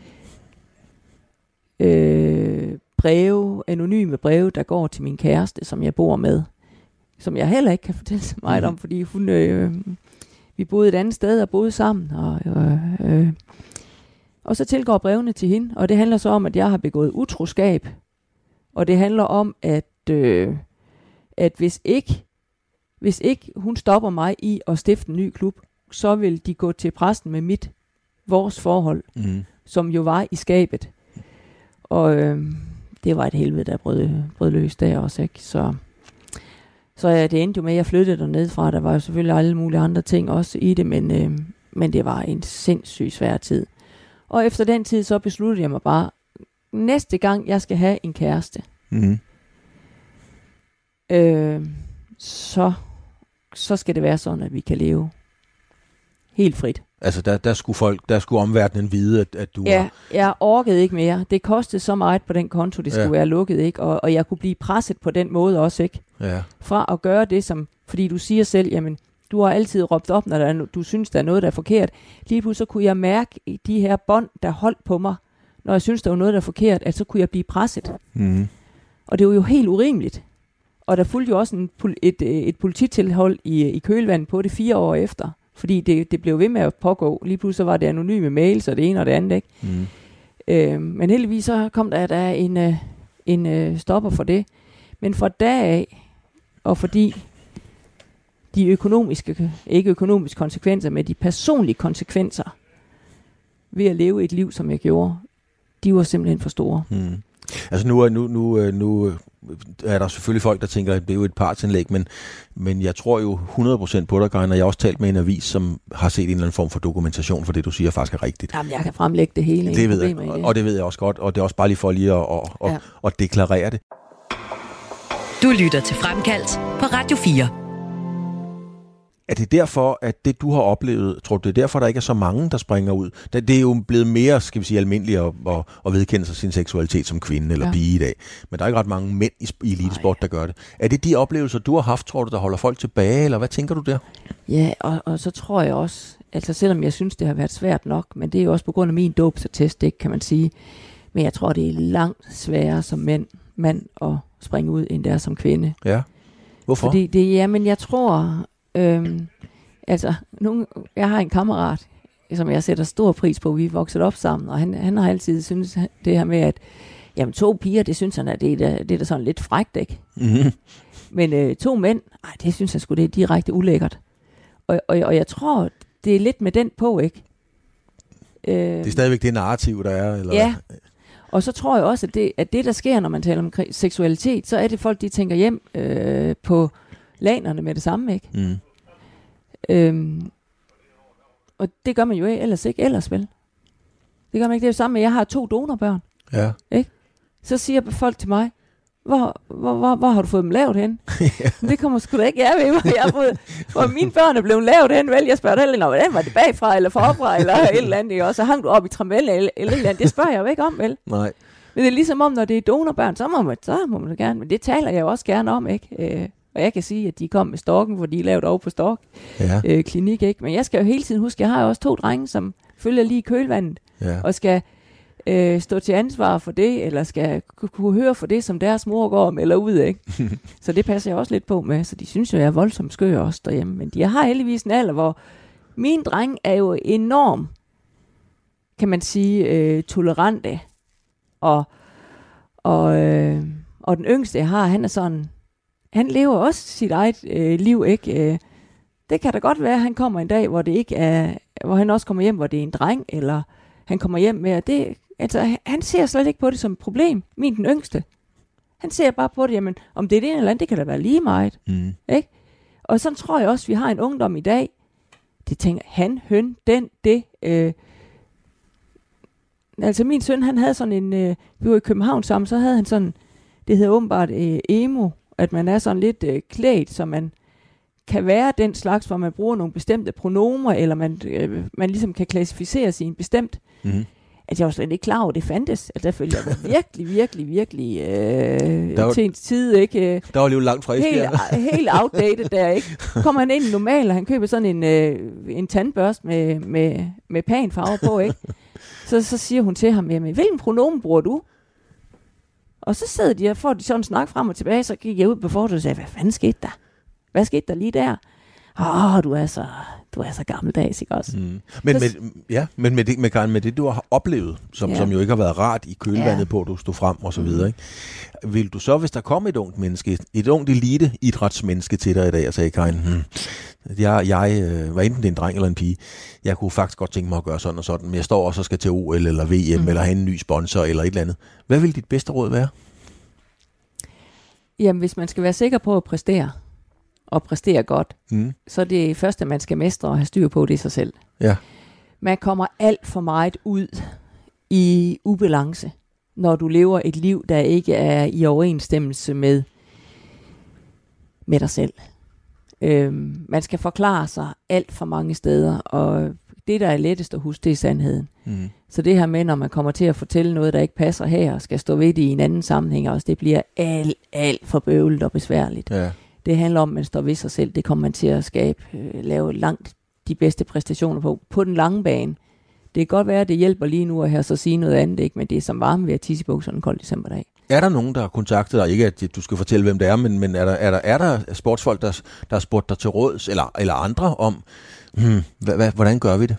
breve, anonyme breve, der går til min kæreste, som jeg bor med. Som jeg heller ikke kan fortælle så meget om, fordi hun... vi boede et andet sted og boede sammen, Og så tilgår brevene til hende, og det handler så om, at jeg har begået utroskab. Og det handler om, at hvis ikke hun stopper mig i at stifte en ny klub, så vil de gå til præsten med vores forhold, som jo var i skabet. Og det var et helvede, der brød løs der også, ikke? Så det endte jo med, at jeg flyttede derned fra. Der var jo selvfølgelig alle mulige andre ting også i det, men det var en sindssygt svær tid. Og efter den tid, så besluttede jeg mig bare, næste gang jeg skal have en kæreste, så skal det være sådan, at vi kan leve helt frit. Altså der skulle omverdenen vide, at du Ja, jeg orkede ikke mere. Det kostede så meget på den konto, det skulle være lukket, ikke? Og jeg kunne blive presset på den måde også, ikke? Ja. Fra at gøre det, som, fordi du siger selv, jamen, du har altid råbt op, når du synes, der er noget, der er forkert. Lige pludselig så kunne jeg mærke i de her bånd, der holdt på mig, når jeg synes, der var noget, der er forkert, at så kunne jeg blive presset. Og det var jo helt urimeligt. Og der fulgte jo også et polititilhold i kølvandet på det 4 år efter. Fordi det blev ved med at pågå. Lige pludselig så var det anonyme mails og det ene og det andet, ikke? Men heldigvis så kom der en stopper for det. Men fra dag af, og fordi de ikke økonomiske konsekvenser, men de personlige konsekvenser ved at leve et liv, som jeg gjorde, de var simpelthen for store. Altså nu er der selvfølgelig folk, der tænker, at det er jo et partsindlæg, men jeg tror jo 100% på dig, Karin, og jeg har også talt med en avis, som har set en eller anden form for dokumentation for det, du siger, faktisk er rigtigt. Jamen, jeg kan fremlægge det hele. Det ved jeg, og det ved jeg også godt, og det er også bare lige for lige at deklarere det. Du lytter til Fremkaldt på Radio 4. Er det derfor, at det, du har oplevet, tror du, det er derfor, der ikke er så mange, der springer ud? Det er jo blevet mere, skal vi sige, almindeligt at vedkende sig sin seksualitet som kvinde eller pige i dag. Men der er ikke ret mange mænd i elitesport, der gør det. Er det de oplevelser, du har haft, tror du, der holder folk tilbage, eller hvad tænker du der? Ja, og så tror jeg også, altså selvom jeg synes, det har været svært nok, men det er jo også på grund af min dåbsattest, ikke, kan man sige. Men jeg tror, det er langt sværere som mand at springe ud, end det er som kvinde. Ja. Hvorfor? Fordi men jeg tror... jeg har en kammerat, som jeg sætter stor pris på. Vi er vokset op sammen, og han har altid syntes det her med, at jamen 2 piger, det synes han, at det er da sådan lidt frækt, ikke? Men 2 mænd, det synes jeg sgu, det er direkte ulækkert. Og jeg tror, det er lidt med den på, ikke? Det er stadigvæk det narrativ, der er? Eller ja, og så tror jeg også, at det der sker, når man taler om seksualitet, så er det folk, de tænker hjem på lanerne med det samme, ikke? Og det gør man jo ellers vel. Det gør man ikke. Det er jo samme med, jeg har 2 donorbørn. Ja. Ikke? Så siger folk til mig, hvor har du fået dem lavet hen? Det kommer sgu da ikke jeg ved, hvor mine børn er blevet lavet hen. Vel, jeg spørger heller, hvordan var det bagfra, eller forfra, eller et eller andet. Og så hang du op i tramvelle, eller et eller andet. Det spørger jeg jo ikke om, vel? Nej. Men det er ligesom om, når det er donorbørn, så må man gerne. Men det taler jeg jo også gerne om, ikke? Og jeg kan sige, at de kom med Storken, hvor de er lavet over på Stork klinik, ikke? Men jeg skal jo hele tiden huske, at jeg har også 2 drenge, som følger lige i kølvandet, og skal stå til ansvar for det, eller skal kunne høre for det, som deres mor går og melder ud, ikke? Så det passer jeg også lidt på med, så de synes jo, jeg er voldsomt skør også derhjemme. Men de har heldigvis en alder, hvor mine drenge er jo enormt, kan man sige, tolerante, og den yngste, jeg har, han er sådan... Han lever også sit eget liv, ikke? Det kan da godt være, at han kommer en dag, hvor det ikke er, hvor han også kommer hjem, hvor det er en dreng, eller han kommer hjem med, det, altså, han ser slet ikke på det som et problem, den yngste. Han ser bare på det, jamen, om det er det ene eller andet, det kan da være lige meget, ikke? Og sådan tror jeg også, vi har en ungdom i dag, det tænker, han, høn, den, det, altså min søn, han havde sådan en, vi var i København sammen, så havde han sådan, det hedder åbenbart emo, at man er sådan lidt klædt, så man kan være den slags, hvor man bruger nogle bestemte pronomer, eller man ligesom kan klassificere sig i en bestemt. At jeg var slet ikke klar over, at det fandtes. Altså, der følte jeg virkelig til en tid, ikke? Der var jo langt fra helt outdated der, ikke? Kommer han ind normalt, og han køber sådan en tandbørst med pæn farve på, ikke? Så siger hun til ham, jamen, hvilken pronomen bruger du? Og så sidder de og får sådan en snak frem og tilbage, så gik jeg ud på fortet og sagde, hvad fanden skete der? Hvad skete der lige der? du er så gammeldags, ikke også? Mm. Men med Karen, med det, du har oplevet, som jo ikke har været rart i kølvandet på, at du stod frem og så videre, ikke? Vil du så, hvis der kom et ungt menneske, et ungt elite-idrætsmenneske til dig i dag, og sagde, Karen, jeg var enten det en dreng eller en pige, jeg kunne faktisk godt tænke mig at gøre sådan og sådan, men jeg står også og skal til OL eller VM, eller have en ny sponsor, eller et eller andet. Hvad vil dit bedste råd være? Jamen, hvis man skal være sikker på at præstere, og præstere godt, så er det første, man skal mestre og have styr på, det sig selv. Ja. Man kommer alt for meget ud i ubalance, når du lever et liv, der ikke er i overensstemmelse med dig selv. Man skal forklare sig alt for mange steder, og det, der er lettest at huske, det er sandheden. Så det her med, når man kommer til at fortælle noget, der ikke passer her, og skal stå ved det i en anden sammenhæng også, det bliver alt for bøvlet og besværligt. Ja. Det handler om, at man står ved sig selv. Det kommer man til at lave langt de bedste præstationer på den lange bane. Det kan godt være, at det hjælper lige nu at have så sige noget andet, ikke? Men det er som varme ved at tisse i bukserne en kold decemberdag. Er der nogen, der har kontaktet dig? Ikke at du skal fortælle, hvem det er, men er der sportsfolk, der har spurgt dig til råds, eller andre om, hvordan gør vi det?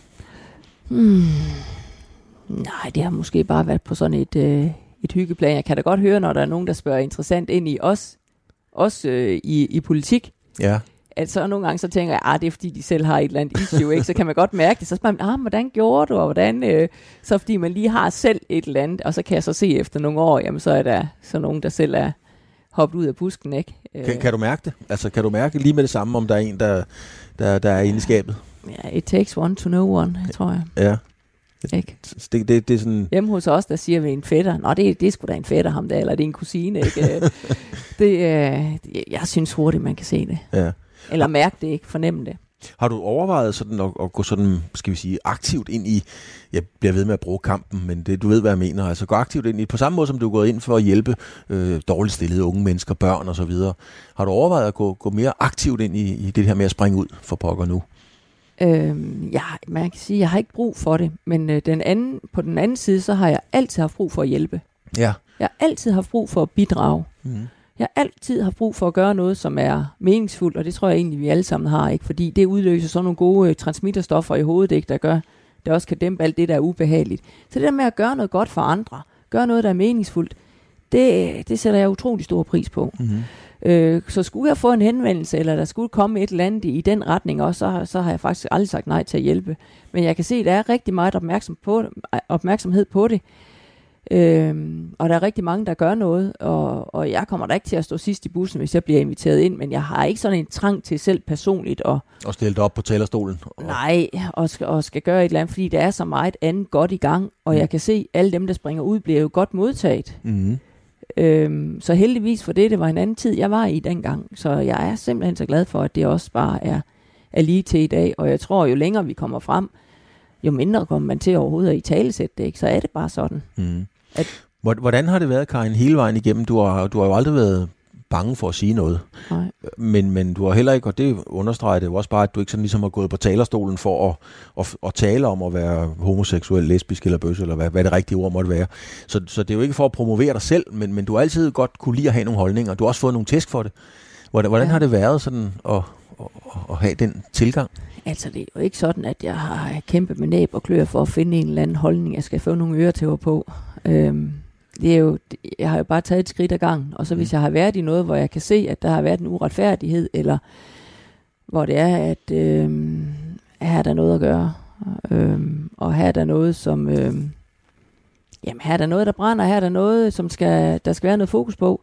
Nej, det har måske bare været på sådan et hyggeplan. Jeg kan da godt høre, når der er nogen, der spørger interessant ind i os, også i politik. Ja. At så nogle gange så tænker jeg, det er fordi, de selv har et eller andet issue, ikke? Så kan man godt mærke det. Så spørger man, hvordan gjorde du, og hvordan? Så fordi man lige har selv et eller andet, og så kan jeg så se efter nogle år, jamen så er der så nogen, der selv er hoppet ud af busken, ikke? Kan du mærke det? Altså, kan du mærke lige med det samme, om der er en, der er inde i skabet? Ja, it takes one to know one, tror jeg. Ja. Ikke? Det er sådan... Hjemme hos os, der siger vi en fætter. Det er sgu da en fætter, ham der, eller det er en kusine, ikke? Jeg synes hurtigt, man kan se det. Ja. Eller mærke det, ikke? Fornemme det. Har du overvejet sådan at gå sådan, skal vi sige, aktivt ind i, jeg bliver ved med at bruge kampen, men det, du ved, hvad jeg mener, altså gå aktivt ind i, på samme måde som du er gået ind for at hjælpe dårligt stillede unge mennesker, børn og så videre. Har du overvejet at gå mere aktivt ind i det her med at springe ud for pokker nu? Man kan sige, at jeg har ikke brug for det, men på den anden side, så har jeg altid haft brug for at hjælpe. Ja. Jeg har altid haft brug for at bidrage. Jeg har altid haft brug for at gøre noget, som er meningsfuldt, og det tror jeg egentlig, vi alle sammen har, ikke? Fordi det udløser sådan nogle gode transmitterstoffer i hovedet, ikke? Der også kan dæmpe alt det, der er ubehageligt. Så det der med at gøre noget godt for andre, gøre noget, der er meningsfuldt, det sætter jeg utrolig stor pris på. Så skulle jeg få en henvendelse, eller der skulle komme et eller andet i den retning også, så har jeg faktisk aldrig sagt nej til at hjælpe. Men jeg kan se, at der er rigtig meget opmærksomhed på det. Og der er rigtig mange, der gør noget, og jeg kommer da ikke til at stå sidst i bussen, hvis jeg bliver inviteret ind, men jeg har ikke sådan en trang til selv personligt og stille dig op på talerstolen. Nej, og skal gøre et eller andet, fordi der er så meget andet godt i gang, og jeg kan se, at alle dem, der springer ud, bliver jo godt modtaget. Så heldigvis for det var en anden tid, jeg var i dengang, så jeg er simpelthen så glad for, at det også bare er lige til i dag, og jeg tror, jo længere vi kommer frem, jo mindre kommer man til overhovedet at italesætte det, ikke? Så er det bare sådan. Hvordan har det været, Karin, hele vejen igennem? Du har jo aldrig været bange for at sige noget. Nej. Men du har heller ikke, og det understreger det jo også bare, at du ikke sådan ligesom har gået på talerstolen for at tale om at være homoseksuel, lesbisk eller bøsse, eller hvad det rigtige ord måtte være. Så det er jo ikke for at promovere dig selv, men du har altid godt kunne lide at have nogle holdninger, og du har også fået nogle tæsk for det. Hvordan har det været sådan at have den tilgang? Altså, det er jo ikke sådan, at jeg har kæmpet med næb og klør for at finde en eller anden holdning, jeg skal få nogle øretæver på. Det er jo, jeg har jo bare taget et skridt ad gangen, og så hvis jeg har været i noget, hvor jeg kan se, at der har været en uretfærdighed, eller hvor det er, at her er der noget at gøre, og her er der noget, som her er der noget, der brænder, her er der noget, som der skal være noget fokus på,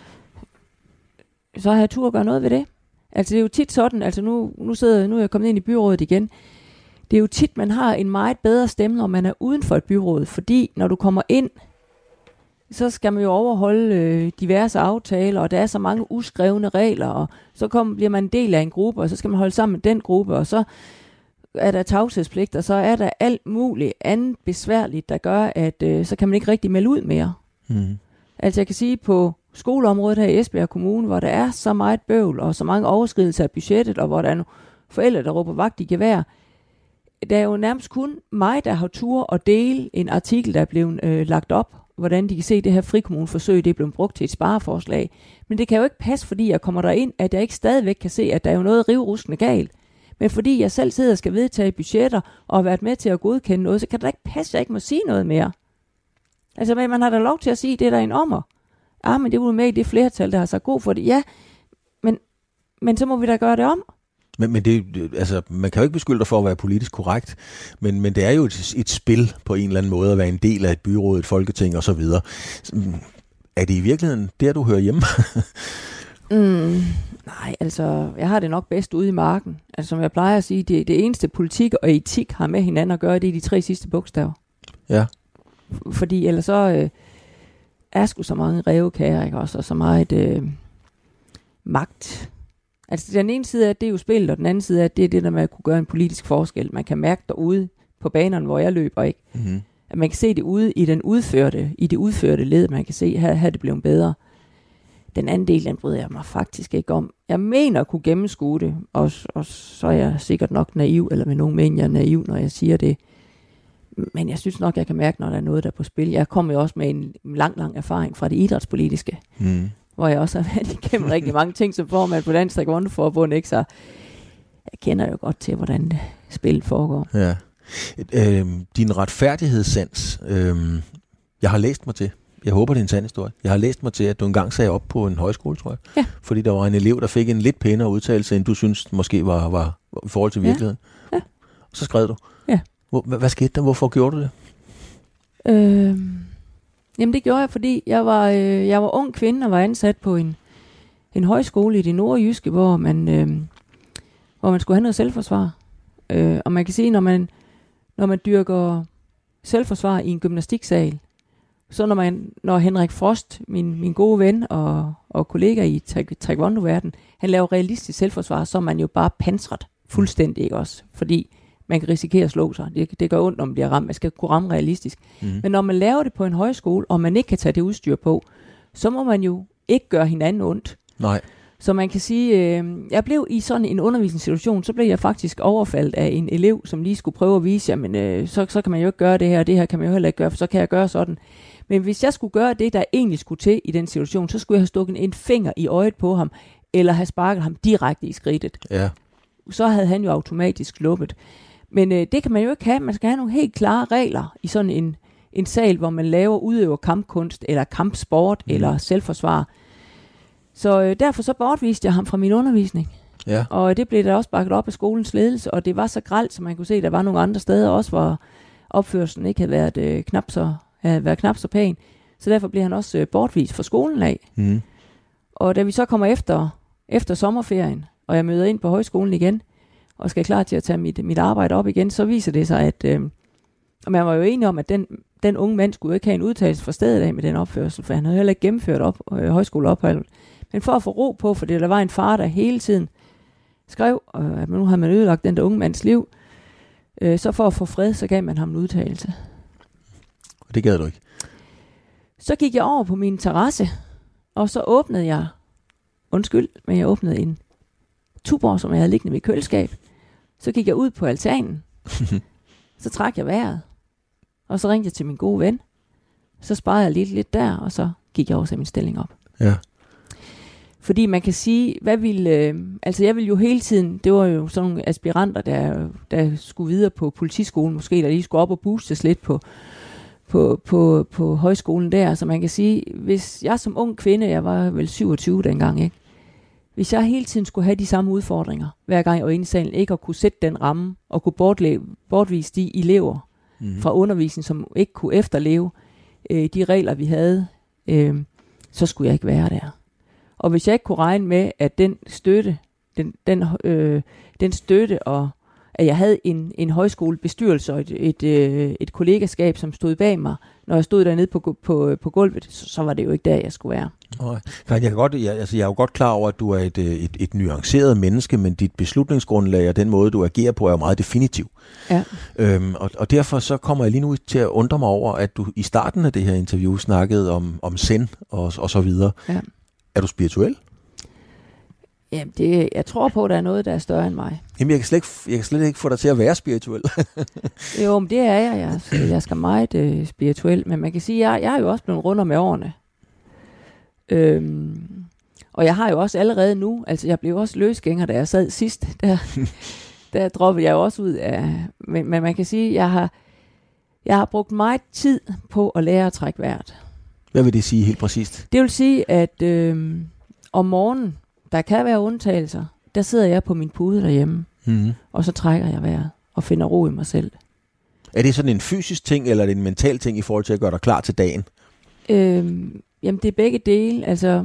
så har jeg tur at gøre noget ved det. Altså det er jo tit sådan, altså nu er jeg kommet ind i byrådet igen. Det er jo tit, man har en meget bedre stemme, når man er uden for et byråd, fordi når du kommer ind, så skal man jo overholde diverse aftaler, og der er så mange uskrevne regler, og så bliver man en del af en gruppe, og så skal man holde sammen med den gruppe, og så er der tavshedspligt, og så er der alt muligt andet besværligt, der gør, at så kan man ikke rigtig melde ud mere. Altså jeg kan sige, på skoleområdet her i Esbjerg Kommune, hvor der er så meget bøvl, og så mange overskridelser af budgettet, og hvor der er nogle forældre, der råber vagt i gevær, der er jo nærmest kun mig, der har tur at dele en artikel, der er blevet lagt op, hvordan de kan se, at det her frikommuneforsøg, det er blevet brugt til et spareforslag. Men det kan jo ikke passe, fordi jeg kommer derind, at jeg ikke stadigvæk kan se, at der er jo noget rivruskende galt. Men fordi jeg selv sidder og skal vedtage budgetter, og har været med til at godkende noget, så kan det ikke passe, at jeg ikke må sige noget mere. Altså, man har da lov til at sige, det er der en ommer. Men det er jo med i det flertal, der har sagt god for det. Ja, men så må vi da gøre det om. Men det, altså, man kan jo ikke beskylde dig for at være politisk korrekt, men det er jo et spil på en eller anden måde at være en del af et byråd, et folketing og så videre. Er det i virkeligheden der, du hører hjemme? Nej, altså, jeg har det nok bedst ude i marken. Altså, som jeg plejer at sige, det eneste politik og etik har med hinanden at gøre, det er de 3 sidste bogstaver. Ja. Fordi ellers så er sgu så mange rævekager, ikke også, og så meget magt. Altså, den ene side af det er jo spillet, og den anden side af det er det der med at kunne gøre en politisk forskel. Man kan mærke derude på banerne, hvor jeg løber, ikke? Mm-hmm. At man kan se det ude i det udførte led, man kan se, her det blevet bedre. Den anden del, den bryder jeg mig faktisk ikke om. Jeg mener at kunne gennemskue det, og så er jeg sikkert nok naiv, eller med nogen mener jeg er naiv, når jeg siger det. Men jeg synes nok, jeg kan mærke, når der er noget, der er på spil. Jeg kommer jo også med en lang erfaring fra det idrætspolitiske, hvor jeg også har været igennem rigtig mange ting, som formand på Dansk Taekwondo-forbund, ikke? Så jeg kender jo godt til, hvordan det spil foregår. Ja. Din retfærdighedssans, jeg har læst mig til, jeg håber, det er en sand historie. Jeg har læst mig til, at du engang sagde op på en højskole, tror jeg. Ja. Fordi der var en elev, der fik en lidt pænere udtalelse, end du synes måske var i forhold til virkeligheden. Ja. Så skrev du. Ja. Hvad skete der? Hvorfor gjorde du det? Jamen det gjorde jeg, fordi jeg var ung kvinde og var ansat på en højskole i det nordjyske, hvor man skulle have noget selvforsvar. Og man kan sige, når man dyrker selvforsvar i en gymnastiksal, så når Henrik Frost, min gode ven og kollega i taekwondo-verden, han laver realistisk selvforsvar, så er man jo bare pansret fuldstændig, ikke også? Fordi man kan risikere at slå sig. Det gør ondt, når man bliver ramt. Man skal kunne ramme realistisk. Men når man laver det på en højskole, og man ikke kan tage det udstyr på, så må man jo ikke gøre hinanden ondt. Nej. Så man kan sige, jeg blev i sådan en undervisningssituation, så blev jeg faktisk overfaldt af en elev, som lige skulle prøve at vise, jamen så kan man jo ikke gøre det her kan man jo heller ikke gøre, for så kan jeg gøre sådan. Men hvis jeg skulle gøre det, der egentlig skulle til i den situation, så skulle jeg have stukket en finger i øjet på ham, eller have sparket ham direkte i skridtet. Ja. Så havde han jo automatisk sluppet. Men det kan man jo ikke have. Man skal have nogle helt klare regler i sådan en sal, hvor man udøver kampkunst, eller kampsport, eller selvforsvar. Så derfor så bortviste jeg ham fra min undervisning. Ja. Og det blev der også bakket op af skolens ledelse, og det var så grelt, som man kunne se, at der var nogle andre steder også, hvor opførselen ikke havde været knap så pæn. Så derfor blev han også bortvist fra skolen af. Mm. Og da vi så kommer efter sommerferien, og jeg møder ind på højskolen igen, og skal klar til at tage mit arbejde op igen, så viser det sig, at man var jo enig om, at den unge mand skulle jo ikke have en udtalelse fra stedet af med den opførsel, for han havde heller ikke gennemført højskoleophold. Men for at få ro på, fordi der var en far, der hele tiden skrev, at nu havde man ødelagt den der unge mands liv, så for at få fred, så gav man ham en udtalelse. Og det gad du ikke? Så gik jeg over på min terrasse, og så åbnede jeg, jeg åbnede en Tuborg, som jeg havde liggende i mit køleskab. Så gik jeg ud på altanen, så trak jeg vejret, og så ringte jeg til min gode ven. Så sparede jeg lidt der, og så gik jeg også min stilling op. Ja. Fordi man kan sige, jeg ville jo hele tiden, det var jo sådan nogle aspiranter, der skulle videre på politiskolen, måske der lige skulle op og boostes lidt på højskolen der. Så man kan sige, hvis jeg som ung kvinde, jeg var vel 27 dengang, ikke? Hvis jeg hele tiden skulle have de samme udfordringer, hver gang jeg var inde i salen, ikke at kunne sætte den ramme, og kunne bortvise de elever fra undervisningen, som ikke kunne efterleve de regler, vi havde, så skulle jeg ikke være der. Og hvis jeg ikke kunne regne med, at den støtte, og at jeg havde en højskolebestyrelse og et kollegaskab, som stod bag mig, når jeg stod dernede på gulvet, så var det jo ikke der, jeg skulle være. Jeg er jo godt klar over, at du er et nuanceret menneske, men dit beslutningsgrundlag og den måde, du agerer på, er jo meget definitiv. Ja. Og derfor så kommer jeg lige nu til at undre mig over, at du i starten af det her interview snakkede om zen og så videre. Ja. Er du spirituel? Jamen, jeg tror på, at der er noget, der er større end mig. Jamen, jeg kan slet ikke få dig til at være spirituel. Jo, men det er jeg. Jeg skal meget spirituel, men man kan sige, at jeg er jo også blevet runder med årene. Og jeg har jo også allerede nu, altså jeg blev også løsgænger, da jeg sad sidst, der droppede jeg også ud af... Men man kan sige, at jeg har brugt meget tid på at lære at trække vejret. Hvad vil det sige helt præcist? Det vil sige, at om morgenen, der kan være undtagelser, der sidder jeg på min pude derhjemme, og så trækker jeg vejret og finder ro i mig selv. Er det sådan en fysisk ting, eller er det en mental ting i forhold til at gøre dig klar til dagen? Jamen, det er begge dele. Altså,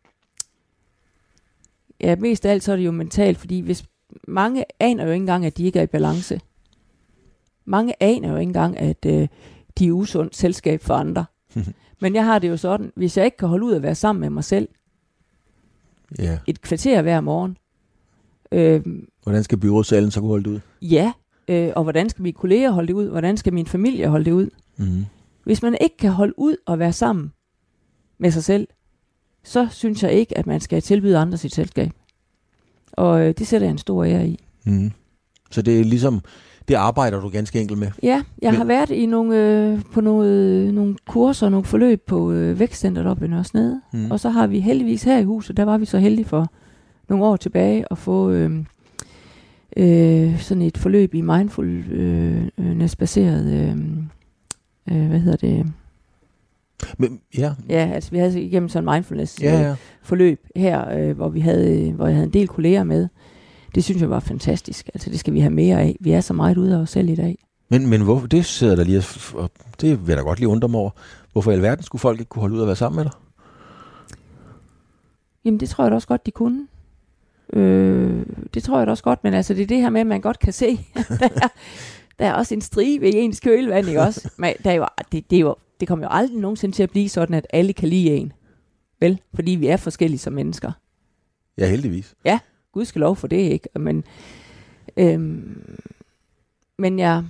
ja, mest af alt så er det jo mentalt, fordi hvis mange aner jo ikke engang, at de ikke er i balance. Mange aner jo ikke engang, at de er usundt selskab for andre. Men jeg har det jo sådan, hvis jeg ikke kan holde ud at være sammen med mig selv, et kvarter hver morgen. Hvordan skal byrådssalen så kunne holde det ud? Ja, og hvordan skal mine kolleger holde det ud? Hvordan skal min familie holde det ud? Hvis man ikke kan holde ud og være sammen med sig selv, så synes jeg ikke, at man skal tilbyde andre sit selskab. Og det sætter jeg en stor ære i. Så det er ligesom, det arbejder du ganske enkelt med? Ja, jeg har været i nogle kurser, nogle forløb på vækstcenteret oppe i Nørresnede. Og så har vi heldigvis her i huset, der var vi så heldige for nogle år tilbage at få sådan et forløb i mindfulness-baseret, Men, ja, altså vi havde igennem sådan en mindfulness-forløb her, hvor jeg havde en del kolleger med. Det synes jeg var fantastisk. Altså det skal vi have mere af. Vi er så meget ude af os selv i dag. Men hvorfor, det sidder der lige, og det vil jeg da godt lige undre mig over. Hvorfor i alverden skulle folk ikke kunne holde ud at være sammen med dig? Jamen det tror jeg da også godt, de kunne. Det tror jeg da også godt, men altså det er det her med, at man godt kan se, der er også en stribe i ens kølevand, ikke også? Men det kommer jo aldrig nogensinde til at blive sådan, at alle kan lide en. Vel? Fordi vi er forskellige som mennesker. Ja, heldigvis. Ja, Gud skal lov for det, ikke? Men jeg...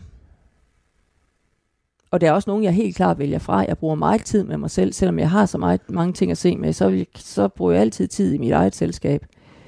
Og der er også nogen, jeg helt klart vælger fra. Jeg bruger meget tid med mig selv, selvom jeg har så mange ting at se med, så bruger jeg altid tid i mit eget selskab.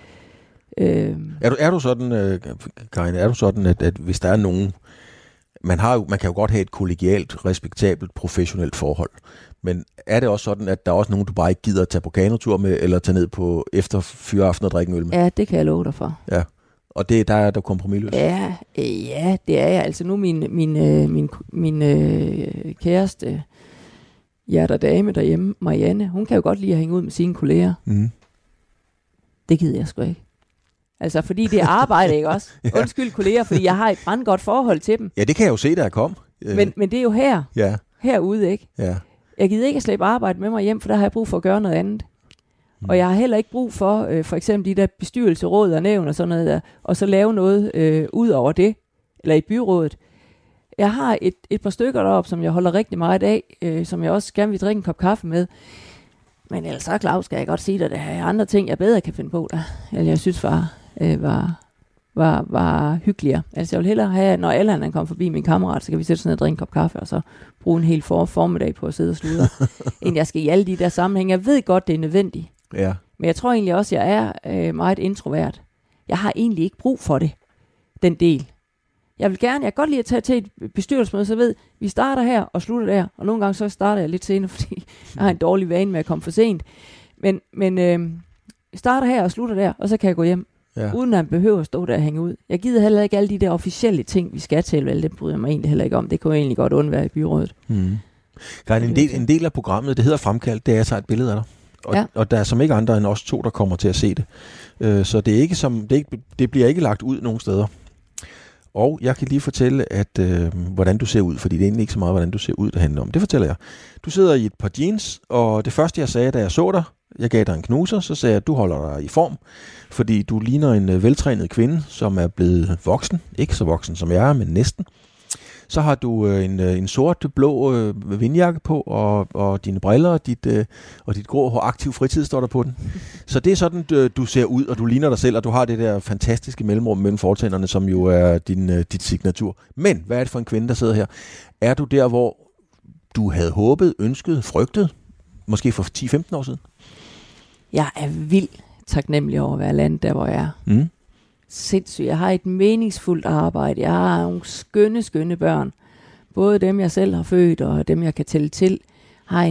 Er du sådan, Karin, at hvis der er nogen... Man kan jo godt have et kollegialt, respektabelt, professionelt forhold. Men er det også sådan, at der er også nogen, du bare ikke gider at tage på kanotur med, eller tage ned på efter fyreaften og drikke en øl med? Ja, det kan jeg love dig for. Ja, og der er der kompromisløs? Ja, det er jeg. Altså nu min kæreste, hjerterdame derhjemme, Marianne, hun kan jo godt lide at hænge ud med sine kolleger. Det gider jeg sgu ikke. Altså, fordi det er arbejde, ikke også? Ja. Undskyld, kolleger, fordi jeg har et brandgodt forhold til dem. Ja, det kan jeg jo se, da jeg kom. Men det er jo herude, ikke? Ja. Jeg gider ikke at slæbe arbejde med mig hjem, for der har jeg brug for at gøre noget andet. Og jeg har heller ikke brug for, for eksempel de der bestyrelseråd og nævn og sådan noget der, og så lave noget ud over det, eller i byrådet. Jeg har et par stykker deroppe, som jeg holder rigtig meget af, som jeg også gerne vil drikke en kop kaffe med. Men ellers så, Claus, skal jeg godt sige dig, at der er andre ting, jeg bedre kan finde på der. Eller jeg synes var hyggeligere. Altså jeg vil hellere have, når Allan kommer forbi min kammerat, så kan vi sætte sådan og drikke en kop kaffe, og så bruge en hel formiddag på at sidde og sludre, end jeg skal i alle de der sammenhænge. Jeg ved godt, det er nødvendigt. Ja. Men jeg tror egentlig også, jeg er meget introvert. Jeg har egentlig ikke brug for det, den del. Jeg kan godt lide at tage til et bestyrelsesmøde, så ved, vi starter her og slutter der, og nogle gange så starter jeg lidt senere, fordi jeg har en dårlig vane med at komme for sent. Men starter her og slutter der, og så kan jeg gå hjem, uden at man behøver at stå der og hænge ud. Jeg gider heller ikke alle de der officielle ting, vi skal til, vel, det bryder jeg mig egentlig heller ikke om. Det kunne jeg egentlig godt undvære i byrådet. En del af programmet, det hedder Fremkaldt, det er, at jeg tager et billede af dig. Og der er som ikke andre end os to, der kommer til at se det. Så det er ikke det bliver ikke lagt ud nogen steder. Og jeg kan lige fortælle, at hvordan du ser ud, fordi det er egentlig ikke så meget, hvordan du ser ud, det handler om. Det fortæller jeg. Du sidder i et par jeans, og det første, jeg sagde, da jeg så dig, jeg gav dig en knuser, så sagde jeg, at du holder dig i form, fordi du ligner en veltrænet kvinde, som er blevet voksen. Ikke så voksen som jeg er, men næsten. Så har du en sort-blå vindjakke på, og dine briller, og dit grå aktiv fritid står der på den. Så det er sådan, du ser ud, og du ligner dig selv, og du har det der fantastiske mellemrum mellem fortænderne, som jo er dit signatur. Men hvad er det for en kvinde, der sidder her? Er du der, hvor du havde håbet, ønsket, frygtet, måske for 10-15 år siden? Jeg er vildt taknemmelig over at være landet der, hvor jeg er. Sindssygt. Jeg har et meningsfuldt arbejde. Jeg har nogle skønne børn. Både dem, jeg selv har født, og dem, jeg kan tælle til. Har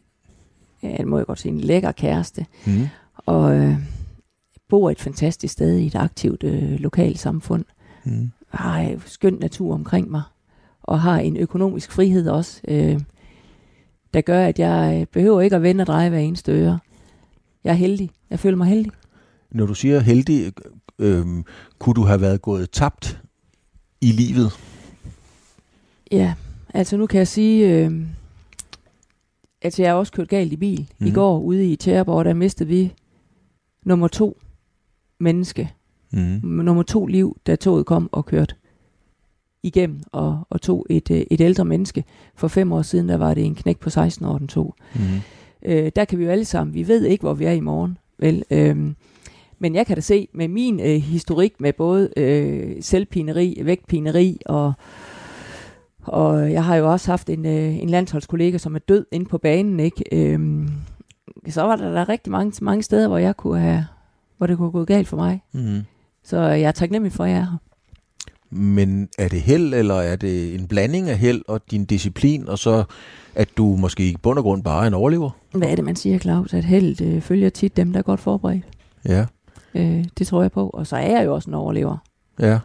en lækker kæreste. Og bor et fantastisk sted i et aktivt lokalsamfund. har skøn natur omkring mig, og har en økonomisk frihed også, der gør, at jeg behøver ikke at vende og dreje hver eneste øre. Jeg er heldig. Jeg føler mig heldig. Når du siger heldig, kunne du have været gået tabt i livet? Ja, altså nu kan jeg sige, at jeg har også kørt galt i bil. I går ude i Tjæreborg, der mistede vi nummer 2 menneske. Nummer 2 liv, da toget kom og kørte igennem og tog et ældre menneske. For 5 år siden, der var det en knæk på 16 år, den tog. Der kan vi jo alle sammen, vi ved ikke, hvor vi er i morgen. Vel, men jeg kan da se med min historik med både selvpineri, vægtpineri og jeg har jo også haft en landsholdskollega, som er død inde på banen, ikke? Så var der rigtig mange steder, hvor det kunne have gået galt for mig. Så jeg er taknemmelig for, at jeg er her. Men er det held, eller er det en blanding af held og din disciplin, og så at du måske i bund og grund bare er en overlever? Hvad er det, man siger, Claus? At held følger tit dem, der er godt forberedt. Ja. Det tror jeg på. Og så er jeg jo også en overlever. Ja.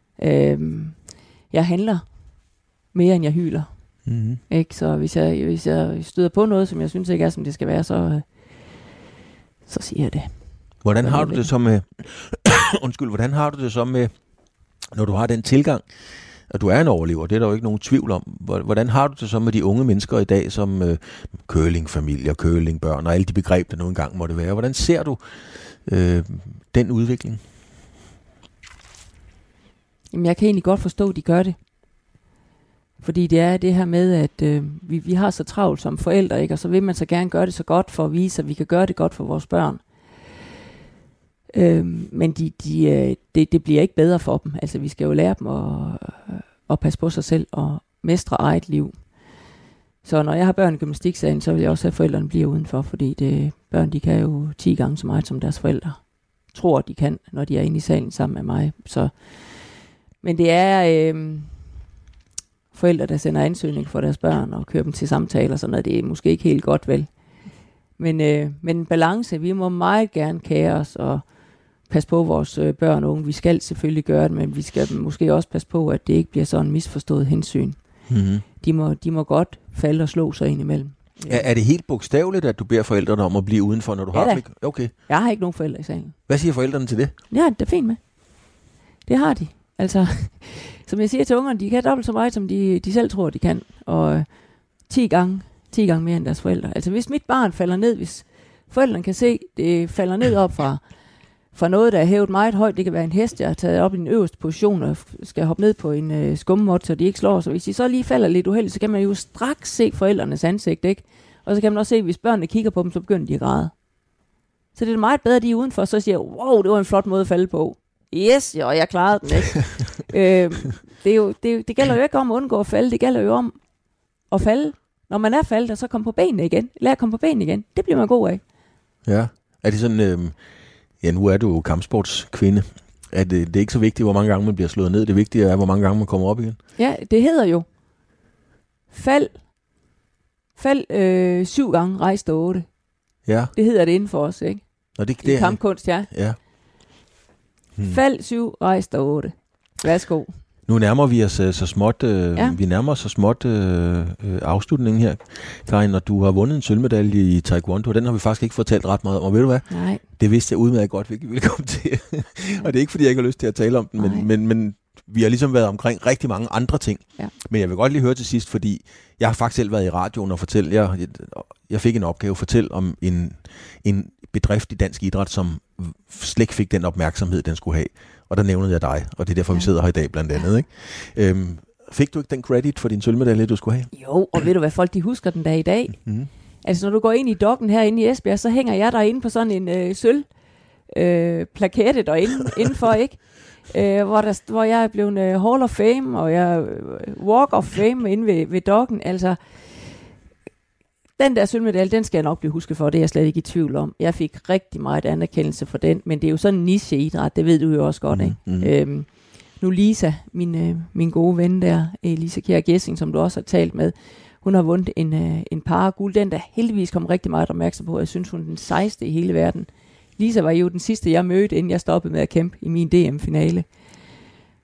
Jeg handler mere, end jeg hyler. Ikke? Så hvis jeg støder på noget, som jeg synes ikke er, som det skal være, så siger jeg det. Hvordan har du det så med... hvordan har du det så med, når du har den tilgang, at du er en overlever? Det er der jo ikke nogen tvivl om. Hvordan har du det så med de unge mennesker i dag, som curlingfamilier, curlingbørn og alle de begreb, der nu engang måtte være? Hvordan ser du den udvikling? Jamen, jeg kan egentlig godt forstå, at de gør det. Fordi det er det her med, at vi har så travlt som forældre, ikke? Og så vil man så gerne gøre det så godt for at vise, at vi kan gøre det godt for vores børn. Men det bliver ikke bedre for dem. Altså, vi skal jo lære dem at passe på sig selv og mestre eget liv. Så når jeg har børn i gymnastiksalen, så vil jeg også have, at forældrene bliver udenfor, fordi børn, de kan jo 10 gange så meget, som deres forældre tror, de kan, når de er inde i salen sammen med mig. Så, men det er forældre, der sender ansøgning for deres børn og kører dem til samtaler, sådan noget. Det er måske ikke helt godt, vel? Men en balance, vi må meget gerne kære os og passe på vores børn og unge. Vi skal selvfølgelig gøre det, men vi skal måske også passe på, at det ikke bliver sådan en misforstået hensyn. De må godt falde og slå sig ind imellem. Er det helt bogstaveligt, at du beder forældrene om at blive udenfor, når du har dem? Okay. Jeg har ikke nogen forældre i salen. Hvad siger forældrene til det? Ja, det er fint med. Det har de. Altså, som jeg siger til ungerne, de kan dobbelt så meget, som de selv tror, de kan. Og 10 gange mere end deres forældre. Altså, hvis mit barn falder ned, hvis forældrene kan se, det falder ned op fra noget, der er hævet meget højt. Det kan være en hest, jeg har taget op i den øverste position og skal hoppe ned på en skummemot, så de ikke slår sig. Hvis de så lige falder lidt uheldigt, så kan man jo straks se forældrenes ansigt, ikke? Og så kan man også se, hvis børnene kigger på dem, så begynder de at græde. Så det er meget bedre, at de er udenfor, så siger wow, det var en flot måde at falde på. Yes, og jeg klarede den, ikke? Det gælder jo ikke om at undgå at falde, det gælder jo om at falde. Når man er faldet, og så komme på benene igen. Lad at komme på benene igen. Det bliver man god af. Ja. Er det sådan... nu er du jo kampsportskvinde. Det er ikke så vigtigt, hvor mange gange man bliver slået ned. Det vigtige er, hvor mange gange man kommer op igen. Ja, det hedder jo fald 7 gange, rejs 8. Ja. Det hedder det inden for os, ikke? Nå, det I kampkunst, ja. Fald 7, rejs 8. Værsgo. Nu nærmer vi os så småt, afslutningen her, Karin, og du har vundet en sølvmedalje i Taekwondo, og den har vi faktisk ikke fortalt ret meget om, og ved du hvad? Nej. Det vidste jeg udmærket godt, hvilket vi ville komme til. Og det er ikke, fordi jeg ikke har lyst til at tale om den, men vi har ligesom været omkring rigtig mange andre ting. Ja. Men jeg vil godt lige høre til sidst, fordi jeg har faktisk selv været i radioen og fortælle, jeg fik en opgave at fortælle om en bedrift i dansk idræt, som slet ikke fik den opmærksomhed, den skulle have. Og der nævnede jeg dig, og det er derfor, vi sidder her i dag blandt andet. Ikke? Fik du ikke den credit for din sølvmedalje, du skulle have? Jo, og ved du hvad, folk de husker den dag i dag? Mm-hmm. Altså når du går ind i Dokken herinde i Esbjerg, så hænger jeg derinde på sådan en sølvplakette derinde indenfor, ikke? Hvor jeg er blevet Hall of Fame, og jeg Walk of Fame inde ved Dokken. Altså, den der sølvmedalje, den skal jeg nok blive husket for, det er jeg slet ikke i tvivl om. Jeg fik rigtig meget anerkendelse for den, men det er jo sådan en niche-idræt, det ved du jo også godt, ikke? Mm-hmm. Nu Lisa, min gode ven der, Lisa Kjær Gessing, som du også har talt med, hun har vundet en paraguld, den der heldigvis kom rigtig meget opmærksom på, jeg synes hun er den sejeste i hele verden. Lisa var jo den sidste, jeg mødte, inden jeg stoppede med at kæmpe i min DM-finale.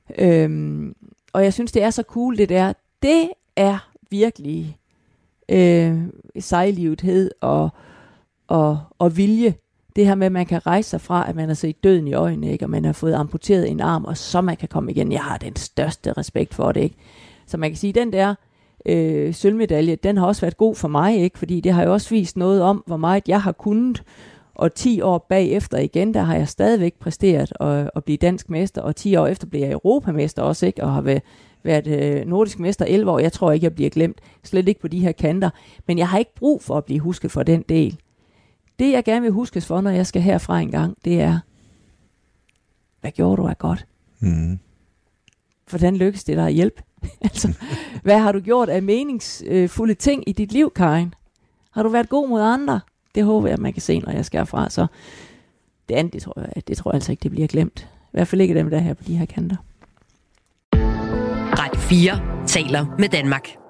Og jeg synes, det er så cool, det der. Det er virkelig sejlivethed og vilje. Det her med, at man kan rejse sig fra, at man har set døden i øjnene, ikke? Og man har fået amputeret en arm, og så man kan komme igen. Jeg har den største respekt for det, ikke? Så man kan sige, den der sølvmedalje, den har også været god for mig, ikke? Fordi det har jo også vist noget om, hvor meget jeg har kunnet. Og 10 år bagefter igen, der har jeg stadigvæk præsteret at blive dansk mester, og 10 år efter blev jeg europamester også, ikke? Og har været nordisk mester 11 år. Jeg tror ikke, jeg bliver glemt. Slet ikke på de her kanter. Men jeg har ikke brug for at blive husket for den del. Det, jeg gerne vil huskes for, når jeg skal herfra en gang, det er, hvad gjorde du af godt? Hvordan lykkes det dig at hjælpe? Altså, hvad har du gjort af meningsfulde ting i dit liv, Karin? Har du været god mod andre? Det håber jeg, at man kan se, når jeg skal herfra. Så det andet, det tror jeg altså ikke, det bliver glemt. I hvert fald ikke dem, der her på de her kanter. Radio 4 taler med Danmark.